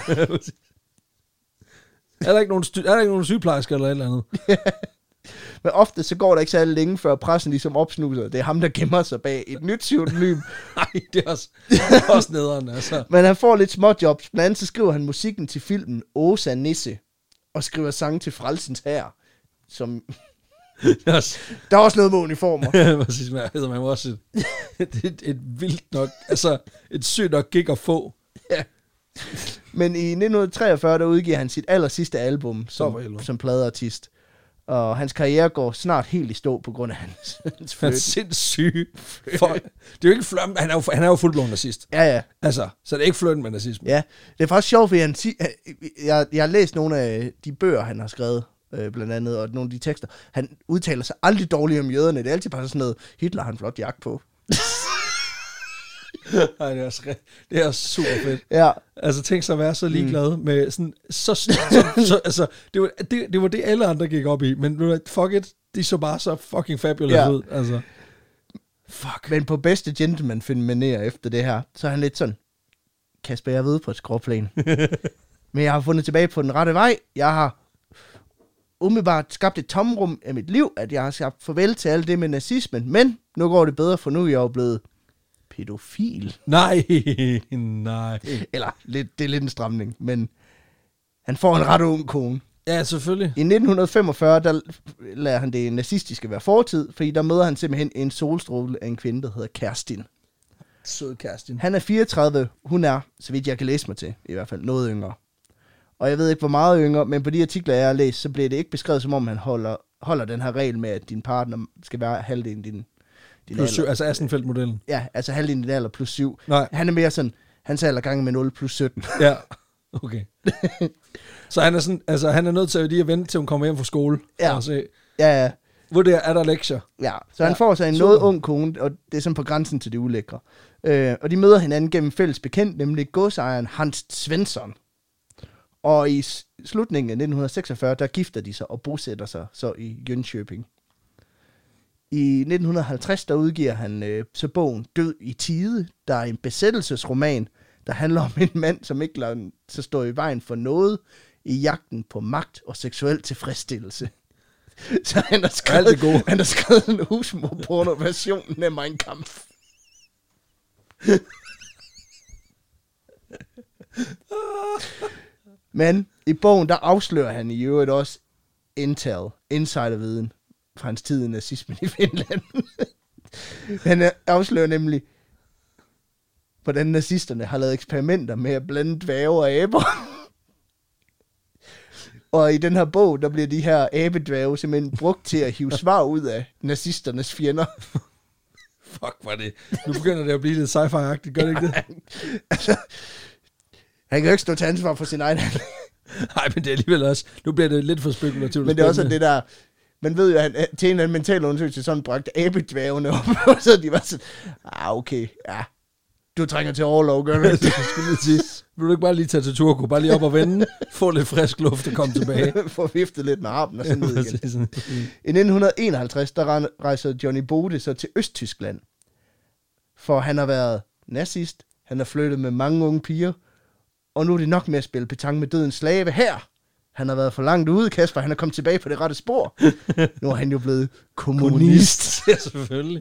[SPEAKER 1] er, der ikke nogen st- er der ikke nogen sygeplejersker eller et eller andet?
[SPEAKER 2] Men ofte så går der ikke særlig længe, før pressen ligesom opsnuser. Det er ham, der gemmer sig bag et nyt pseudonym.
[SPEAKER 1] Nej, det er også, det er også nederen, altså.
[SPEAKER 2] Men han får lidt småjobs. Blandt andet så skriver han musikken til filmen Åsa Nisse, og skriver sange til Frelsens Hær, som...
[SPEAKER 1] Yes.
[SPEAKER 2] Der er også noget med uniformer.
[SPEAKER 1] Ja, præcis, men altså, man må også et, et, et, et vildt nok, altså et sygt nok gig at få.
[SPEAKER 2] Ja. Men i nitten treogfyrre, der udgiver han sit aller sidste album som, som pladeartist. Og hans karriere går snart helt i stå på grund af hans, hans
[SPEAKER 1] Han er sindssyg. For, det er jo ikke fløn, han er jo, han er jo fuldblåen nazist.
[SPEAKER 2] Ja, ja.
[SPEAKER 1] Altså, så det er ikke fløn med nazisme.
[SPEAKER 2] Ja, det er faktisk sjovt, fordi han si- jeg, jeg har læst nogle af de bøger, han har skrevet, øh, blandt andet, og nogle af de tekster. Han udtaler sig aldrig dårligt om jøderne. Det er altid bare sådan noget, Hitler har en flot jakke på.
[SPEAKER 1] Ej, det er også, det er også super fedt.
[SPEAKER 2] Ja.
[SPEAKER 1] Altså, tænk så at være så ligeglad mm. med sådan, så, så, så altså, det var det, det var det, alle andre gik op i, men fuck it, de så bare så fucking fabulous ja. ud, altså. Fuck.
[SPEAKER 2] Men på bedste gentleman-fænomener efter det her, så er han lidt sådan, Kasper, jeg ved på et skråplan. Men jeg har fundet tilbage på den rette vej. Jeg har umiddelbart skabt et tomrum af mit liv, at jeg har skabt farvel til alt det med nazismen, men nu går det bedre, for nu er jeg jo blevet pædofil.
[SPEAKER 1] Nej, nej.
[SPEAKER 2] Eller, lidt, det er lidt en stramning, men han får en ret ung kone.
[SPEAKER 1] Ja, selvfølgelig.
[SPEAKER 2] I nitten femogfyrre, der lader han det nazistiske være fortid, fordi der møder han simpelthen en solstråle af en kvinde, der hedder Kerstin.
[SPEAKER 1] Sød Kerstin.
[SPEAKER 2] Han er fireogtredive, hun er, så vidt jeg kan læse mig til, i hvert fald noget yngre. Og jeg ved ikke, hvor meget yngre, men på de artikler, jeg har læst, så bliver det ikke beskrevet, som om han holder, holder den her regel med, at din partner skal være halvdelen din, din
[SPEAKER 1] plus syv, altså Assenfeldt-modellen.
[SPEAKER 2] Ja, altså halvdelen din alder plus syv.
[SPEAKER 1] Nej.
[SPEAKER 2] Han er mere sådan, hans alder gange med nul plus sytten.
[SPEAKER 1] Ja, okay. Så han er sådan, altså han er nødt til at lige at vente, til hun kommer hjem fra skole.
[SPEAKER 2] Ja.
[SPEAKER 1] Og se,
[SPEAKER 2] Ja, ja.
[SPEAKER 1] hvor der er der lektier.
[SPEAKER 2] Ja, så han
[SPEAKER 1] ja.
[SPEAKER 2] får sig en
[SPEAKER 1] Super.
[SPEAKER 2] noget ung kone, og det er sådan på grænsen til det ulækre. Øh, og de møder hinanden gennem fælles bekendt, nemlig godsejeren Hans Svensson. Og i s- slutningen af nitten seksogfyrre, der gifter de sig og bosætter sig så i Jönköping. I nitten halvtreds, der udgiver han øh, så bogen Død i tide, der er en besættelsesroman, der handler om en mand, som ikke lader sig stå i vejen for noget i jagten på magt og seksuel tilfredsstillelse. Så han har skrevet, han har skrevet en husmorporno-version af Mein Kampf. Men i bogen, der afslører han i øvrigt også intel, insiderviden fra hans tid i nazismen i Finland. Han afslører nemlig, hvordan nazisterne har lavet eksperimenter med at blande dværge og aber. Og i den her bog, der bliver de her abedværge simpelthen brugt til at hive svar ud af nazisternes fjender.
[SPEAKER 1] Fuck, var det. Nu begynder det at blive lidt sci-fi-agtigt, gør det ikke det?
[SPEAKER 2] Altså, han kan jo ikke stå til ansvar for sin egen handling.
[SPEAKER 1] Nej, men det er alligevel også, nu bliver det lidt for spekulativt.
[SPEAKER 2] Men det er også det der, man ved jo, at han til en eller anden mental undersøgelse sådan bragte abedværgene op, og så de var sådan, ah okay, ja, du trænger til overlov, gør du det?
[SPEAKER 1] Jeg skulle lige sige, vil du ikke bare lige tage til Turku, bare lige op og vende, få lidt frisk luft og komme tilbage?
[SPEAKER 2] Få viftet lidt med armen og sådan ud igen. I nitten enoghalvtreds, der rejser Johnny Bode så til Østtyskland, for han har været nazist, han har flyttet med mange unge piger, og nu er det nok med at spille petanque med dødens slave her. Han har været for langt ude, Kasper, han er kommet tilbage på det rette spor. Nu er han jo blevet kommunist.
[SPEAKER 1] Ja, selvfølgelig.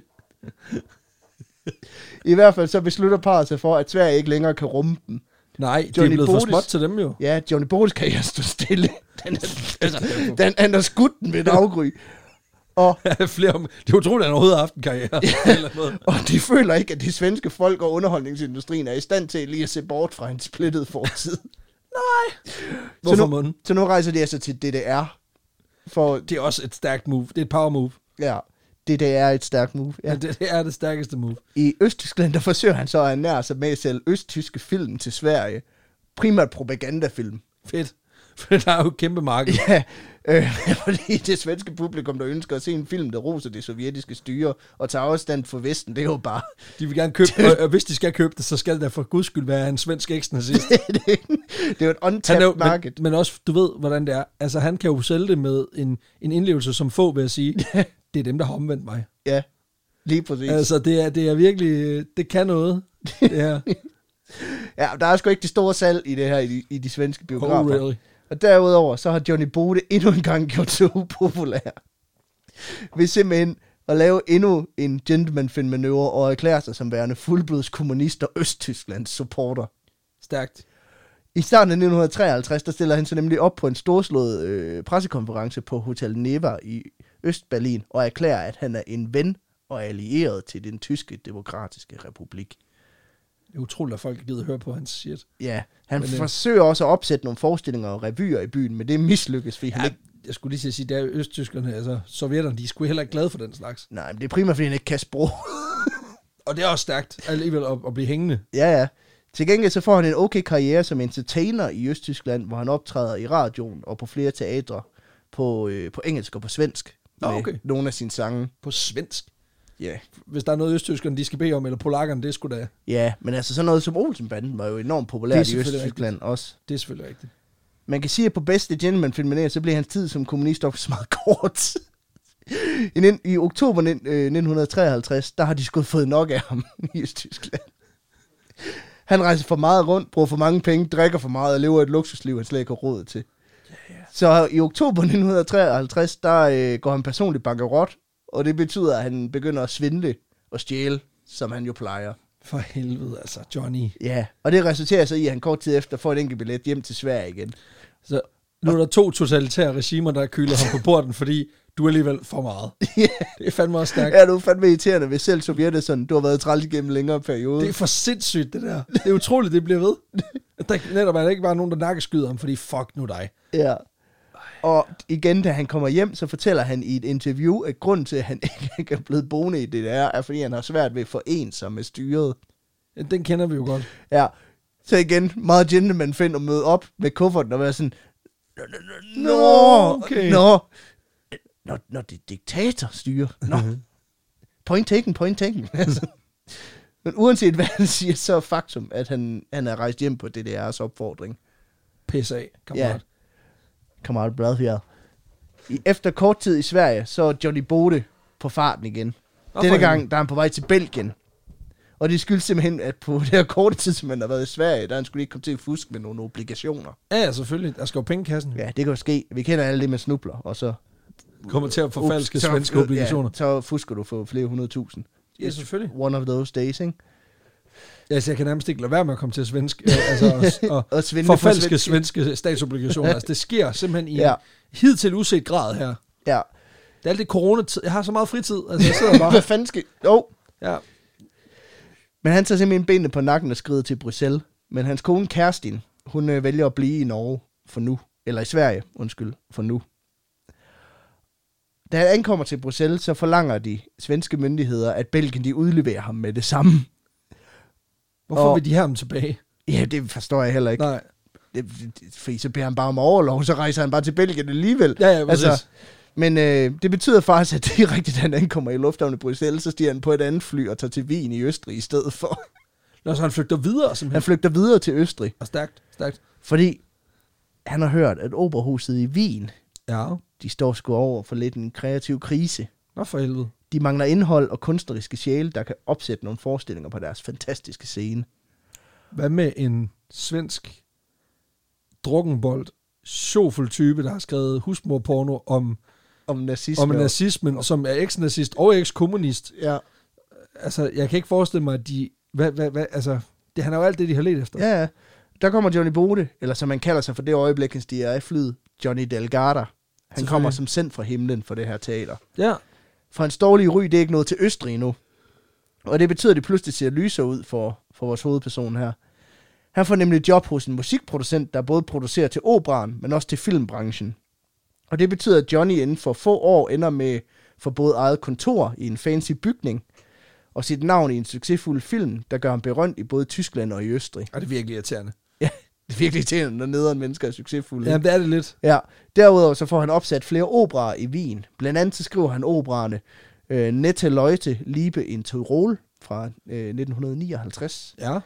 [SPEAKER 2] I hvert fald så beslutter parret sig for, at Sverige ikke længere kan rumme dem.
[SPEAKER 1] Nej, det er blevet Bodes, for småt til dem jo.
[SPEAKER 2] Ja, Johnny Bodes karriere står stille. Den er, altså, den, han har skudt den ved et afgry. Og,
[SPEAKER 1] Flere, det er utroligt, at han overhovedet har haft en karriere.
[SPEAKER 2] Ja, og de føler ikke, at de svenske folk og underholdningsindustrien er i stand til lige at se bort fra en splittet fortid.
[SPEAKER 1] Nej. Hvorfor
[SPEAKER 2] så nu,
[SPEAKER 1] munden?
[SPEAKER 2] så nu rejser de altså til D D R. For,
[SPEAKER 1] det er også et stærkt move. Det er et power move.
[SPEAKER 2] Ja, D D R er et stærkt move. Ja.
[SPEAKER 1] Ja, det er det stærkeste move.
[SPEAKER 2] I Østtyskland, der forsøger han så at ernære sig med at sælge østtyske film til Sverige. Primært propagandafilm.
[SPEAKER 1] Fedt. For der er jo et kæmpe marked.
[SPEAKER 2] Ja, øh, fordi det svenske publikum, der ønsker at se en film, der roser det sovjetiske styre og tager afstand for Vesten, det er jo bare...
[SPEAKER 1] De vil gerne købe, og hvis de skal købe det, så skal det for guds skyld være en svensk eks-nazist.
[SPEAKER 2] det, det er jo et untapped market.
[SPEAKER 1] Men, men også, du ved, hvordan det er. Altså, han kan jo sælge det med en, en indlevelse som få, vil jeg sige. Det er dem, der har omvendt mig.
[SPEAKER 2] Ja, lige præcis.
[SPEAKER 1] Altså, det er, det er virkelig... Det kan noget, det her.
[SPEAKER 2] Ja, der er sgu ikke det store salg i det her, i de, i de svenske biografer.
[SPEAKER 1] Oh, really?
[SPEAKER 2] Og derudover, så har Johnny Bode endnu en gang gjort sig upopulær. Ved simpelthen at lave endnu en gentleman-manøvre og erklære sig som værende fuldblods kommunist og Østtysklands supporter.
[SPEAKER 1] Stærkt.
[SPEAKER 2] I starten af nitten treoghalvtreds, der stiller han sig nemlig op på en storslået øh, pressekonference på Hotel Neva i Østberlin og erklærer, at han er en ven og allieret til den tyske demokratiske republik.
[SPEAKER 1] Det er utroligt, at folk gider høre på hans shit.
[SPEAKER 2] Ja, han
[SPEAKER 1] men,
[SPEAKER 2] forsøger også at opsætte nogle forestillinger og revyer i byen, men det mislykkes, fordi ja, han ikke...
[SPEAKER 1] jeg skulle lige til at sige, det er jo østtyskerne, altså sovjetterne, de er sgu heller ikke glade for den slags.
[SPEAKER 2] Nej, men det er primært, fordi han ikke kan sprog.
[SPEAKER 1] Og det er også stærkt alligevel at, at blive hængende.
[SPEAKER 2] Ja, ja. Til gengæld så får han en okay karriere som entertainer i Østtyskland, hvor han optræder i radioen og på flere teatre på, øh, på engelsk og på svensk. Med
[SPEAKER 1] okay.
[SPEAKER 2] nogle af sine sange.
[SPEAKER 1] På svensk?
[SPEAKER 2] Ja. Yeah.
[SPEAKER 1] Hvis der er noget østtyskerne, de skal bede om, eller polakkerne, det skulle da...
[SPEAKER 2] Ja, men altså sådan noget som Olsenbanden var jo enormt populært i Østtyskland rigtigt. Også.
[SPEAKER 1] Det er selvfølgelig rigtigt.
[SPEAKER 2] Man kan sige, at på bedste gentleman-filmen, så blev hans tid som kommunist også meget kort. I, I oktober nitten treoghalvtreds, der har de sgu fået nok af ham i Østtyskland. Han rejser for meget rundt, bruger for mange penge, drikker for meget og lever et luksusliv, han slet ikke har råd til. Ja, ja. Så i oktober nitten treoghalvtreds, der øh, går han personligt bankerot, og det betyder, at han begynder at svindle og stjæle, som han jo plejer.
[SPEAKER 1] For helvede, altså, Johnny.
[SPEAKER 2] Ja, og det resulterer så i, at han kort tid efter får et enkelt billet hjem til Sverige igen.
[SPEAKER 1] Så nu er der to totalitære regimer, der kyler ham på porten, fordi du er alligevel for meget. Yeah. Det er fandme også stærkt.
[SPEAKER 2] Ja, du er fandme irriterende, hvis selv Sovjet er sådan, du har været træls igennem en længere periode.
[SPEAKER 1] Det er for sindssygt, det der. Det er utroligt, det bliver ved. Der netop er der ikke bare nogen, der nakkeskyder ham, fordi fuck nu dig.
[SPEAKER 2] Ja. Og igen, da han kommer hjem, så fortæller han i et interview, at grunden til, at han ikke er blevet boende i D D R, er fordi han har svært ved at forene sig med styret.
[SPEAKER 1] Ja, den kender vi jo godt.
[SPEAKER 2] Ja. Så igen, meget gentleman finder at møde op med kufferten og være sådan, Nå, okay. Nå, Nå, nå, det er diktatorstyre. Nå. Point taken, point taken. Men uanset hvad han siger, så er faktum, at han, han er rejst hjem på D D R's opfordring.
[SPEAKER 1] Pis af, kammerat. Ja.
[SPEAKER 2] Kammerat Bladfjerd. Efter kort tid i Sverige, så er Johnny Bode på farten igen. Nå, denne gang, der er han på vej til Belgien. Og det skyldes simpelthen, at på det her korte tid, som han har været i Sverige, der han skulle ikke komme til at fuske med nogle obligationer.
[SPEAKER 1] Ja, ja, selvfølgelig. Der skal jo penge i kassen.
[SPEAKER 2] Ja, det kan jo ske. Vi kender alle det med snubler, og så...
[SPEAKER 1] kommer til at forfalske svenske obligationer.
[SPEAKER 2] Ja, så fusker du for flere hundrede tusind.
[SPEAKER 1] Ja, selvfølgelig.
[SPEAKER 2] One of those days, ikke?
[SPEAKER 1] Ja, så jeg kan nærmest ikke lade være med at komme til svensk, øh, altså og, og forfalske for svenske statsobligationer. Altså, det sker simpelthen i ja. en hidtil uset grad her.
[SPEAKER 2] Ja.
[SPEAKER 1] Det er alt det coronatid. Jeg har så meget fritid. Altså, jeg sidder bare...
[SPEAKER 2] Hvad fanden skal... Jo.
[SPEAKER 1] Ja.
[SPEAKER 2] Men han tager simpelthen benene på nakken og skrider til Bruxelles. Men hans kone Kerstin, hun øh, vælger at blive i Norge for nu. Eller i Sverige, undskyld, for nu. Da han ankommer til Bruxelles, så forlanger de svenske myndigheder, at Belgien de udleverer ham med det samme.
[SPEAKER 1] Hvorfor og, vil de have ham tilbage?
[SPEAKER 2] Ja, det forstår jeg heller ikke.
[SPEAKER 1] Nej.
[SPEAKER 2] Det, det, fordi så beder han bare om overlov, så rejser han bare til Belgien alligevel.
[SPEAKER 1] Ja, ja, præcis. Altså,
[SPEAKER 2] men øh, det betyder faktisk, at direkte, da han ankommer i lufthavnen i Bruxelles, så stiger han på et andet fly og tager til Wien i Østrig i stedet for.
[SPEAKER 1] Nå, så han flygter videre simpelthen?
[SPEAKER 2] Han flygter videre til Østrig.
[SPEAKER 1] Og stærkt, stærkt.
[SPEAKER 2] Fordi han har hørt, at operahuset i Wien,
[SPEAKER 1] ja.
[SPEAKER 2] de står sgu over for lidt en kreativ krise.
[SPEAKER 1] Nå for helvede.
[SPEAKER 2] De mangler indhold og kunstneriske sjæle, der kan opsætte nogle forestillinger på deres fantastiske scene.
[SPEAKER 1] Hvad med en svensk drukkenbold, sjofel type, der har skrevet husmorporno om,
[SPEAKER 2] om, nazisme
[SPEAKER 1] om nazismen, og... som er eks-nazist og eks-kommunist?
[SPEAKER 2] Ja.
[SPEAKER 1] Altså, jeg kan ikke forestille mig, at de... Hvad, hvad, hvad, altså, det, han er jo alt det, de har let efter.
[SPEAKER 2] Ja, ja. Der kommer Johnny Bode, eller som man kalder sig for det øjeblik, han stiger af flyet, Johnny Delgado. Han kommer som sendt fra himlen for det her teater.
[SPEAKER 1] Ja.
[SPEAKER 2] For hans dårlige ry, det er ikke noget til Østrig nu. Og det betyder, at det pludselig ser lysere ud for, for vores hovedperson her. Han får nemlig job hos en musikproducent, der både producerer til operaen, men også til filmbranchen. Og det betyder, at Johnny inden for få år ender med for både eget kontor i en fancy bygning, og sit navn i en succesfuld film, der gør ham berømt i både Tyskland og i Østrig.
[SPEAKER 1] Og det er virkelig irriterende.
[SPEAKER 2] Ja, det er virkelig irriterende, når nederen mennesker er succesfulde.
[SPEAKER 1] Ja, det er det lidt.
[SPEAKER 2] Ja, derudover så får han opsat flere operaer i Wien. Blandt andet så skriver han operaerne øh, Nette Leute, Liebe in Tirol fra øh, nitten nioghalvtreds.
[SPEAKER 1] Ja.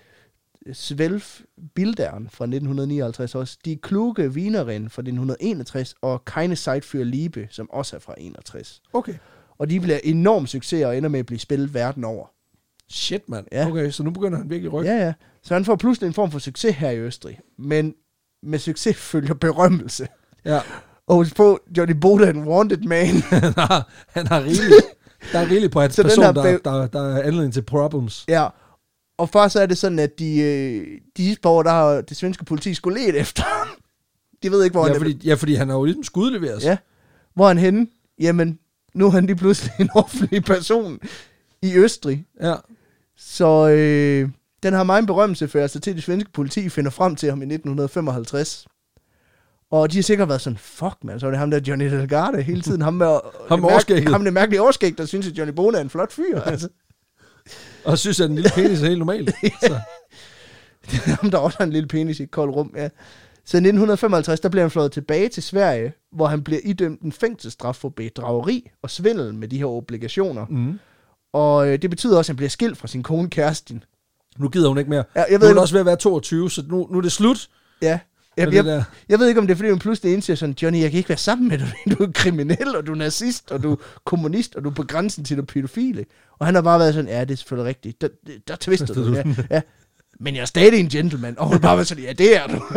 [SPEAKER 2] Zwölf Bildern fra nitten nioghalvtreds også. Die kluge Wienerin fra nitten enogtres, og Keine Zeit für Liebe, som også er fra enogtres.
[SPEAKER 1] Okay.
[SPEAKER 2] Og de bliver enormt succeser og ender med at blive spillet verden over.
[SPEAKER 1] Shit, mand.
[SPEAKER 2] Ja.
[SPEAKER 1] Okay, så nu begynder han virkelig rykke.
[SPEAKER 2] Ja, ja. Så han får pludselig en form for succes her i Østrig. Men med succes følger berømmelse.
[SPEAKER 1] Ja.
[SPEAKER 2] Og husk på, Johnny Bode er en wanted man.
[SPEAKER 1] han, har, han har rigeligt. Der er rigeligt på hans så person, der, der, der er anledning til problems.
[SPEAKER 2] Ja. Og først så er det sådan, at de, de sidste par år, der har det svenske politi skulle lede efter ham. De ved ikke, hvor
[SPEAKER 1] ja,
[SPEAKER 2] han
[SPEAKER 1] fordi, er. Ja, fordi han er jo ligesom skudleveres.
[SPEAKER 2] Ja. Hvor er han henne? Jamen, nu er han lige pludselig en offentlig person i Østrig.
[SPEAKER 1] Ja.
[SPEAKER 2] Så øh, den har meget berømmelse for sig til, det svenske politi finder frem til ham i nitten femoghalvtreds. Og de har sikkert været sådan, fuck man, så var det ham der Johnny Delgado hele tiden. Ham med,
[SPEAKER 1] ham
[SPEAKER 2] med
[SPEAKER 1] overskægget.
[SPEAKER 2] Ham det mærkelige overskæg, der synes, at Johnny Boone er en flot fyr. Altså.
[SPEAKER 1] Og synes, at en lille penis er helt normalt. Så.
[SPEAKER 2] Ham der også har en lille penis i et koldt rum, ja. Så i nitten femoghalvtreds, der bliver han flået tilbage til Sverige, hvor han bliver idømt en fængselsstraf for bedrageri og svindel med de her obligationer.
[SPEAKER 1] Mm.
[SPEAKER 2] Og øh, det betyder også, at han bliver skilt fra sin kone Kerstin.
[SPEAKER 1] Nu gider hun ikke mere.
[SPEAKER 2] Ja, jeg
[SPEAKER 1] nu
[SPEAKER 2] ved,
[SPEAKER 1] er hun også ved at være toogtyve, så nu, nu er det slut.
[SPEAKER 2] Ja. Jeg, jeg, jeg ved ikke, om det er, fordi hun pludselig indser sådan, Johnny, jeg kan ikke være sammen med dig. Du er kriminel, og du er nazist, og du er kommunist, og du er på grænsen til at pædofile. Og han har bare været sådan, ja, det er selvfølgelig rigtigt. Der, der, der twister du, ja. ja. Men jeg er stadig en gentleman. Og hun har bare været sådan, ja, det er du.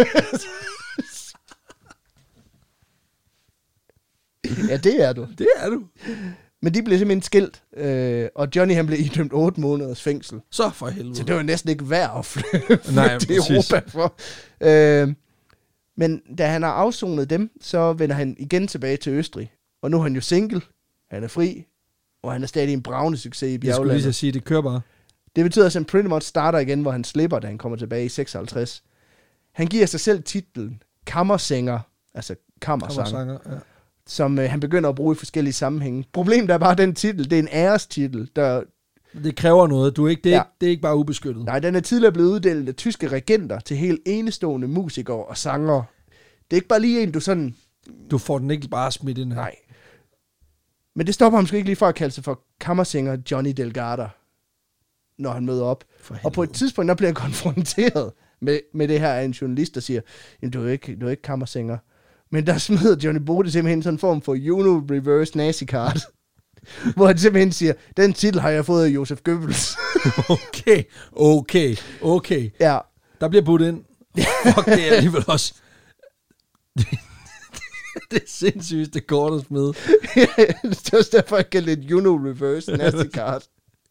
[SPEAKER 2] ja, det er du.
[SPEAKER 1] Det er du.
[SPEAKER 2] Men de blev simpelthen skilt, øh, og Johnny han blev idømt otte måneders fængsel.
[SPEAKER 1] Så for helvede.
[SPEAKER 2] Så det var næsten ikke værd at flytte
[SPEAKER 1] Nej,
[SPEAKER 2] til Europa for. Øh, men da han har afsonet dem, så vender han igen tilbage til Østrig. Og nu er han jo single, han er fri, og han er stadig en bravende succes i bjerglandet.
[SPEAKER 1] Jeg skulle lige sige, det kører bare.
[SPEAKER 2] Det betyder, at han pretty much starter igen, hvor han slipper, da han kommer tilbage i seksoghalvtreds. Han giver sig selv titlen kammersanger, altså kammersanger.
[SPEAKER 1] kammersanger ja.
[SPEAKER 2] Som øh, han begynder at bruge i forskellige sammenhænge. Problemet er bare, at den titel, det er en ærestitel, der...
[SPEAKER 1] Det kræver noget. Du er ikke, det, er
[SPEAKER 2] ja.
[SPEAKER 1] ikke, det er ikke bare ubeskyttet.
[SPEAKER 2] Nej, den er tidligere blevet uddelt af tyske regenter til helt enestående musikere og sangere. Det er ikke bare lige en, du sådan...
[SPEAKER 1] Du får den ikke bare smidt ind her.
[SPEAKER 2] Nej. Men det stopper ham sgu ikke lige for at kalde sig for kammersanger Johnny Delgado, når han møder op. Og på et tidspunkt, der bliver han konfronteret med, med det her af en journalist, der siger, jamen, du er ikke, du er ikke kammersanger. Men der smider Johnny Bode simpelthen sådan en form for Juno Reverse Nazi Card, hvor han simpelthen siger, den titel har jeg fået af Josef Goebbels.
[SPEAKER 1] okay, okay, okay.
[SPEAKER 2] Ja.
[SPEAKER 1] Der bliver budt ind. Fuck, det er alligevel også... det, det er sindssygt, det går at smide.
[SPEAKER 2] Det er også derfor, jeg kalder det Juno Reverse Nazi Card.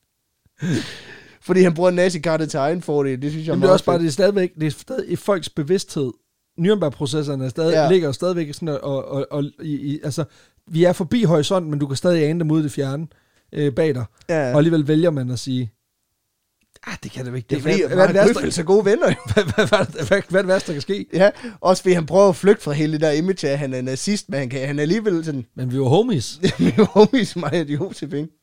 [SPEAKER 2] Fordi han bruger nazi-kartet til egen fordel. Det synes jeg
[SPEAKER 1] Jamen, det er også bare, det er stadigvæk, det er stadig i folks bevidsthed. Nürnberg-processerne er stadig, ja. ligger stadigvæk sådan, og, og, og i, i, altså, vi er forbi horisonten, men du kan stadig ane dem ude i det fjerne øh, bag dig. Ja, ja. Og alligevel vælger man at sige, ah, det kan det ikke.
[SPEAKER 2] Det er fordi, hvad, hvad, hvad, hvad, så gode venner.
[SPEAKER 1] hvad, hvad, hvad, hvad, hvad er det værste, der kan ske?
[SPEAKER 2] Ja, også fordi han prøver at flygte fra hele det der image af, han er nazist, men han, kan, han er alligevel sådan...
[SPEAKER 1] Men vi var homies.
[SPEAKER 2] vi var homies, mig og Josef, ikke?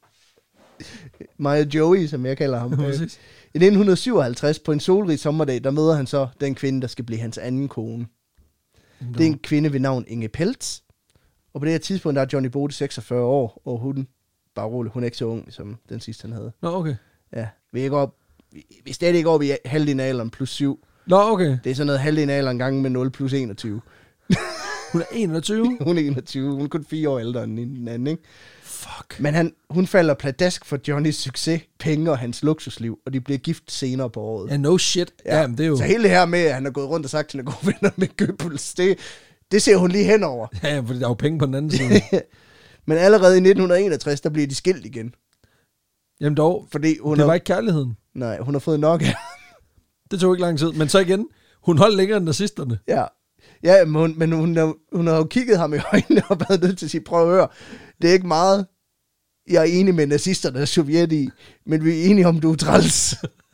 [SPEAKER 2] Mig og Joey, som jeg kalder ham. I nitten syvoghalvtreds, på en solrig sommerdag, der møder han så den kvinde, der skal blive hans anden kone. No. Det er en kvinde ved navn Inge Peltz. Og på det her tidspunkt, der er Johnny Bode seksogfyrre år, og hun, bare roligt, hun er ikke så ung, som den sidste, han havde.
[SPEAKER 1] Nå, okay.
[SPEAKER 2] Ja, vi er, ikke op, vi er stadig ikke oppe i halvdelen af alderen plus syv.
[SPEAKER 1] Nå, okay.
[SPEAKER 2] Det er sådan noget halvdelen af alderen gange med nul plus enogtyve.
[SPEAKER 1] Hun er enogtyve?
[SPEAKER 2] Hun er enogtyve. Hun er kun fire år ældre end den anden, ikke?
[SPEAKER 1] Fuck.
[SPEAKER 2] Men han, hun falder pladask for Johnnys succes, penge og hans luksusliv, og de bliver gift senere på året.
[SPEAKER 1] Ja, no shit. Ja, men det er jo...
[SPEAKER 2] Så hele det her med, at han har gået rundt og sagt, at han er gode venner med Goebbels, det, det ser hun lige henover.
[SPEAKER 1] Ja, fordi der er jo penge på den anden side.
[SPEAKER 2] Men allerede i nitten enogtres, der bliver de skilt igen.
[SPEAKER 1] Jamen dog,
[SPEAKER 2] fordi hun
[SPEAKER 1] det
[SPEAKER 2] har,
[SPEAKER 1] var ikke kærligheden.
[SPEAKER 2] Nej, hun har fået nok af.
[SPEAKER 1] Det tog ikke lang tid. Men så igen, hun holdt længere end nazisterne.
[SPEAKER 2] Ja, ja men, hun, men hun, har, hun har jo kigget ham i øjnene og været nødt til at sige, prøv at høre, det er ikke meget, jeg er enig med nazisterne og Sovjet i, men vi er enige om, du er træls.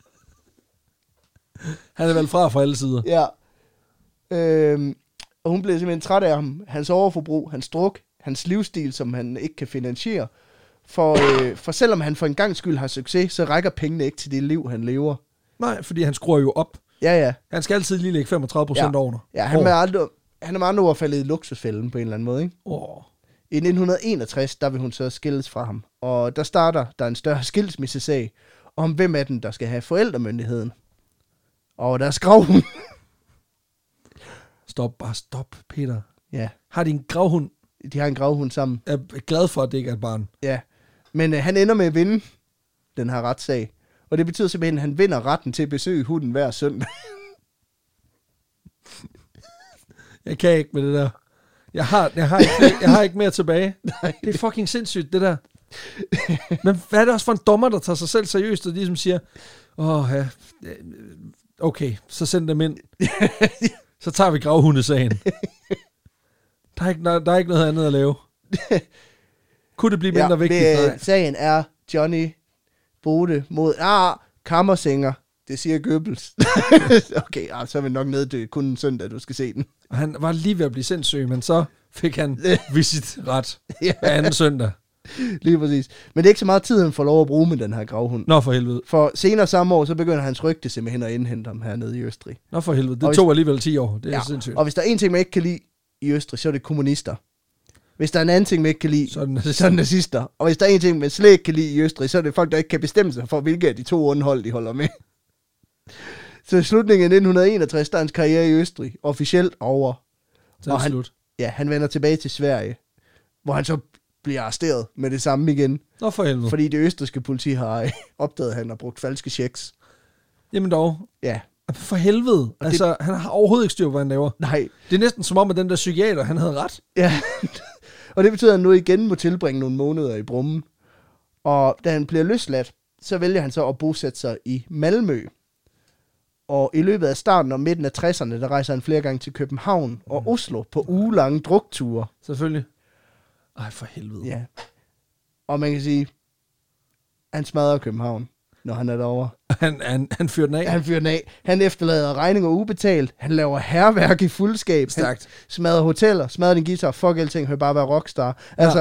[SPEAKER 1] Han er vel fra fra alle sider.
[SPEAKER 2] Ja. Øhm, og hun blev simpelthen træt af ham. Hans overforbrug, hans druk, hans livsstil, som han ikke kan finansiere. For, øh, for selvom han for en gang skyld har succes, så rækker pengene ikke til det liv, han lever.
[SPEAKER 1] Nej, fordi han skruer jo op.
[SPEAKER 2] Ja, ja.
[SPEAKER 1] Han skal altid lige lægge femogtredive procent
[SPEAKER 2] ja.
[SPEAKER 1] over.
[SPEAKER 2] Ja, han er aldrig, han er med andre ord faldet i luksusfælden på en eller anden måde, ikke?
[SPEAKER 1] Oh.
[SPEAKER 2] I nitten enogtres, der vil hun så skilles fra ham. Og der starter der en større skilsmissesag om, hvem af dem, der skal have forældremyndigheden. Og der skrev hun.
[SPEAKER 1] Stop, bare stop, Peter.
[SPEAKER 2] Ja.
[SPEAKER 1] Har de en gravhund?
[SPEAKER 2] De har en gravhund sammen.
[SPEAKER 1] Jeg er glad for, at det ikke er et barn.
[SPEAKER 2] Ja. Men øh, han ender med at vinde den her retssag. Og det betyder simpelthen, at han vinder retten til at besøge hunden hver søndag.
[SPEAKER 1] Jeg kan ikke med det der. Jeg har, jeg har, ikke, jeg har ikke mere tilbage. Nej. Det er fucking sindssygt, det der. Men hvad er det også for en dommer, der tager sig selv seriøst, og ligesom siger, åh, ja, okay, så send dem ind. Så tager vi gravhundesagen. Der er, ikke, der, der er ikke noget andet at lave. Kunne det blive mindre ja, vigtigt?
[SPEAKER 2] Det, Nej. Sagen er Johnny Bode mod ah, kammersanger. Det siger Goebbels. Okay, ah, så er vi nok nede til kun en søndag, du skal se den.
[SPEAKER 1] Og han var lige ved at blive sindssyg, men så fik han visitret
[SPEAKER 2] Ja.
[SPEAKER 1] hver anden søndag.
[SPEAKER 2] Lige præcis. Men det er ikke så meget tid, han får lov at bruge med den her gravhund.
[SPEAKER 1] Nå for helvede.
[SPEAKER 2] For senere samme år, så begynder hans rygte simpelthen at indhente ham hernede i Østrig.
[SPEAKER 1] Nå for helvede.
[SPEAKER 2] Og
[SPEAKER 1] Det
[SPEAKER 2] hvis-
[SPEAKER 1] tog alligevel ti år. Det er
[SPEAKER 2] Ja,
[SPEAKER 1] sindssygt.
[SPEAKER 2] og hvis der er en ting, man ikke kan lide i Østrig, så er det kommunister. Hvis der er en anden ting, man ikke kan lide,
[SPEAKER 1] Så er det
[SPEAKER 2] så er det nazister. Og hvis der er en ting, man slet ikke kan lide i Østrig, så er det folk, der ikke kan bestemme sig for, hvilke af de to undhold, de holder med. Så i slutningen af nitten enogtres, der er hans karriere i Østrig officielt over.
[SPEAKER 1] Så
[SPEAKER 2] og
[SPEAKER 1] er det
[SPEAKER 2] han-
[SPEAKER 1] slut.
[SPEAKER 2] Ja, han vender tilbage til Sverige, hvor han så bliver arresteret med det samme igen.
[SPEAKER 1] Nå for helvede.
[SPEAKER 2] Fordi det østrigske politi har øh, opdaget, at han har brugt falske checks.
[SPEAKER 1] Jamen dog.
[SPEAKER 2] Ja,
[SPEAKER 1] For helvede. Altså, han har overhovedet ikke styr på, hvad han laver.
[SPEAKER 2] nej.
[SPEAKER 1] Det er næsten som om, at den der psykiater, han havde ret.
[SPEAKER 2] Ja, og det betyder, at han nu igen må tilbringe nogle måneder i Brummen. Og da han bliver løsladt, så vælger han så at bosætte sig i Malmø. Og i løbet af starten og midten af tresserne, der rejser han flere gange til København og Oslo på ugelange drukture.
[SPEAKER 1] Selvfølgelig. Ej, for helvede.
[SPEAKER 2] Ja. Og man kan sige, han smadrer København, når han er derovre.
[SPEAKER 1] Han, han, han fyrte den af.
[SPEAKER 2] Han fyrer den af. Han efterlader regninger ubetalt. Han laver hærværk i fuldskab.
[SPEAKER 1] Stærkt.
[SPEAKER 2] Han smadrer hoteller, smadrer din guitar. Fuck alting, hør bare være rockstar. Altså,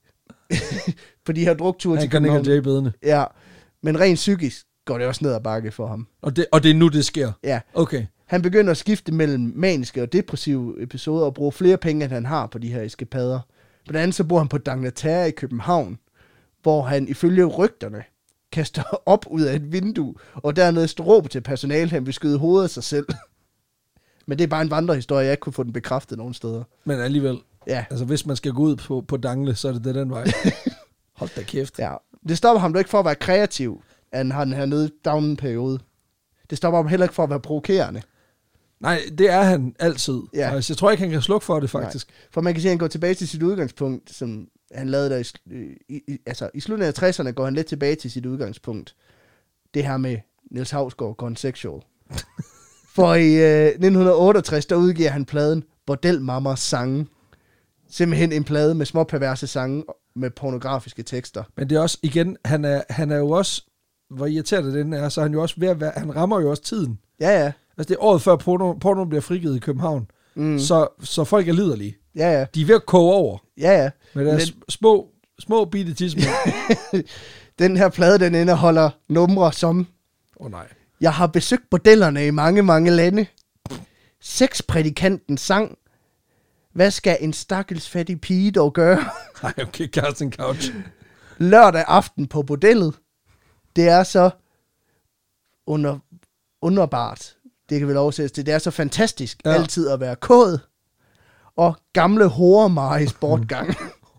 [SPEAKER 2] på de her drukture
[SPEAKER 1] Han
[SPEAKER 2] til
[SPEAKER 1] kan ikke
[SPEAKER 2] København.
[SPEAKER 1] have bedene.
[SPEAKER 2] Ja, men rent psykisk går det også ned ad bakke for ham.
[SPEAKER 1] Og det, og det er nu, det sker.
[SPEAKER 2] Ja,
[SPEAKER 1] Okay.
[SPEAKER 2] han begynder at skifte mellem maniske og depressive episoder og bruge flere penge, end han har på de her eskapader. Blandt andet så bor han på D'Angleterre i København, hvor han ifølge rygterne kaster op ud af et vindue, og dernede råber til personalet, han vil skyde hovedet af sig selv. Men det er bare en vandrehistorie, jeg ikke kunne få den bekræftet nogen steder.
[SPEAKER 1] Men alligevel,
[SPEAKER 2] Ja,
[SPEAKER 1] altså hvis man skal gå ud på, på dangle, så er det det den vej. Hold da kæft.
[SPEAKER 2] ja. Det stopper ham da ikke for at være kreativ, at han har den her nede down-periode. Det stopper ham heller ikke for at være provokerende.
[SPEAKER 1] Nej, det er han altid.
[SPEAKER 2] Ja.
[SPEAKER 1] Altså, jeg tror ikke, han kan slukke for det, faktisk.
[SPEAKER 2] Nej. For man kan sige, at han går tilbage til sit udgangspunkt, som han lavede der i, sl- i, i, altså i slutningen af tresserne, går han lidt tilbage til sit udgangspunkt. Det her med Niels Hausgaard, Gone Sexual. For i øh, nitten otteogtres, der udgiver han pladen Bordel Mamas Sange. Simpelthen en plade med små perverse sange med pornografiske tekster.
[SPEAKER 1] Men det er også, igen, han er, han er jo også, hvor irriterende den er, så er han jo også ved at være, han rammer jo også tiden.
[SPEAKER 2] Ja, ja.
[SPEAKER 1] Altså det er året før porno, porno bliver frigivet i København.
[SPEAKER 2] Mm.
[SPEAKER 1] Så, så folk er liderlige.
[SPEAKER 2] Ja, ja.
[SPEAKER 1] De er ved at koge over
[SPEAKER 2] Ja, ja.
[SPEAKER 1] med deres
[SPEAKER 2] Men-
[SPEAKER 1] små, små bitte tidsmænd.
[SPEAKER 2] Den her plade, den indeholder numre som:
[SPEAKER 1] Åh oh, nej.
[SPEAKER 2] Jeg har besøgt bordellerne i mange, mange lande. Sexprædikanten sang: Hvad skal en stakkels fattig pige dog gøre?
[SPEAKER 1] Nej, okay, casting couch.
[SPEAKER 2] Lørdag aften på bordellet. Det er så under, underbart. Det kan vel oversættes til. Det er så fantastisk
[SPEAKER 1] Ja.
[SPEAKER 2] ja. altid at være kåd. Og gamle horemar i sportgang.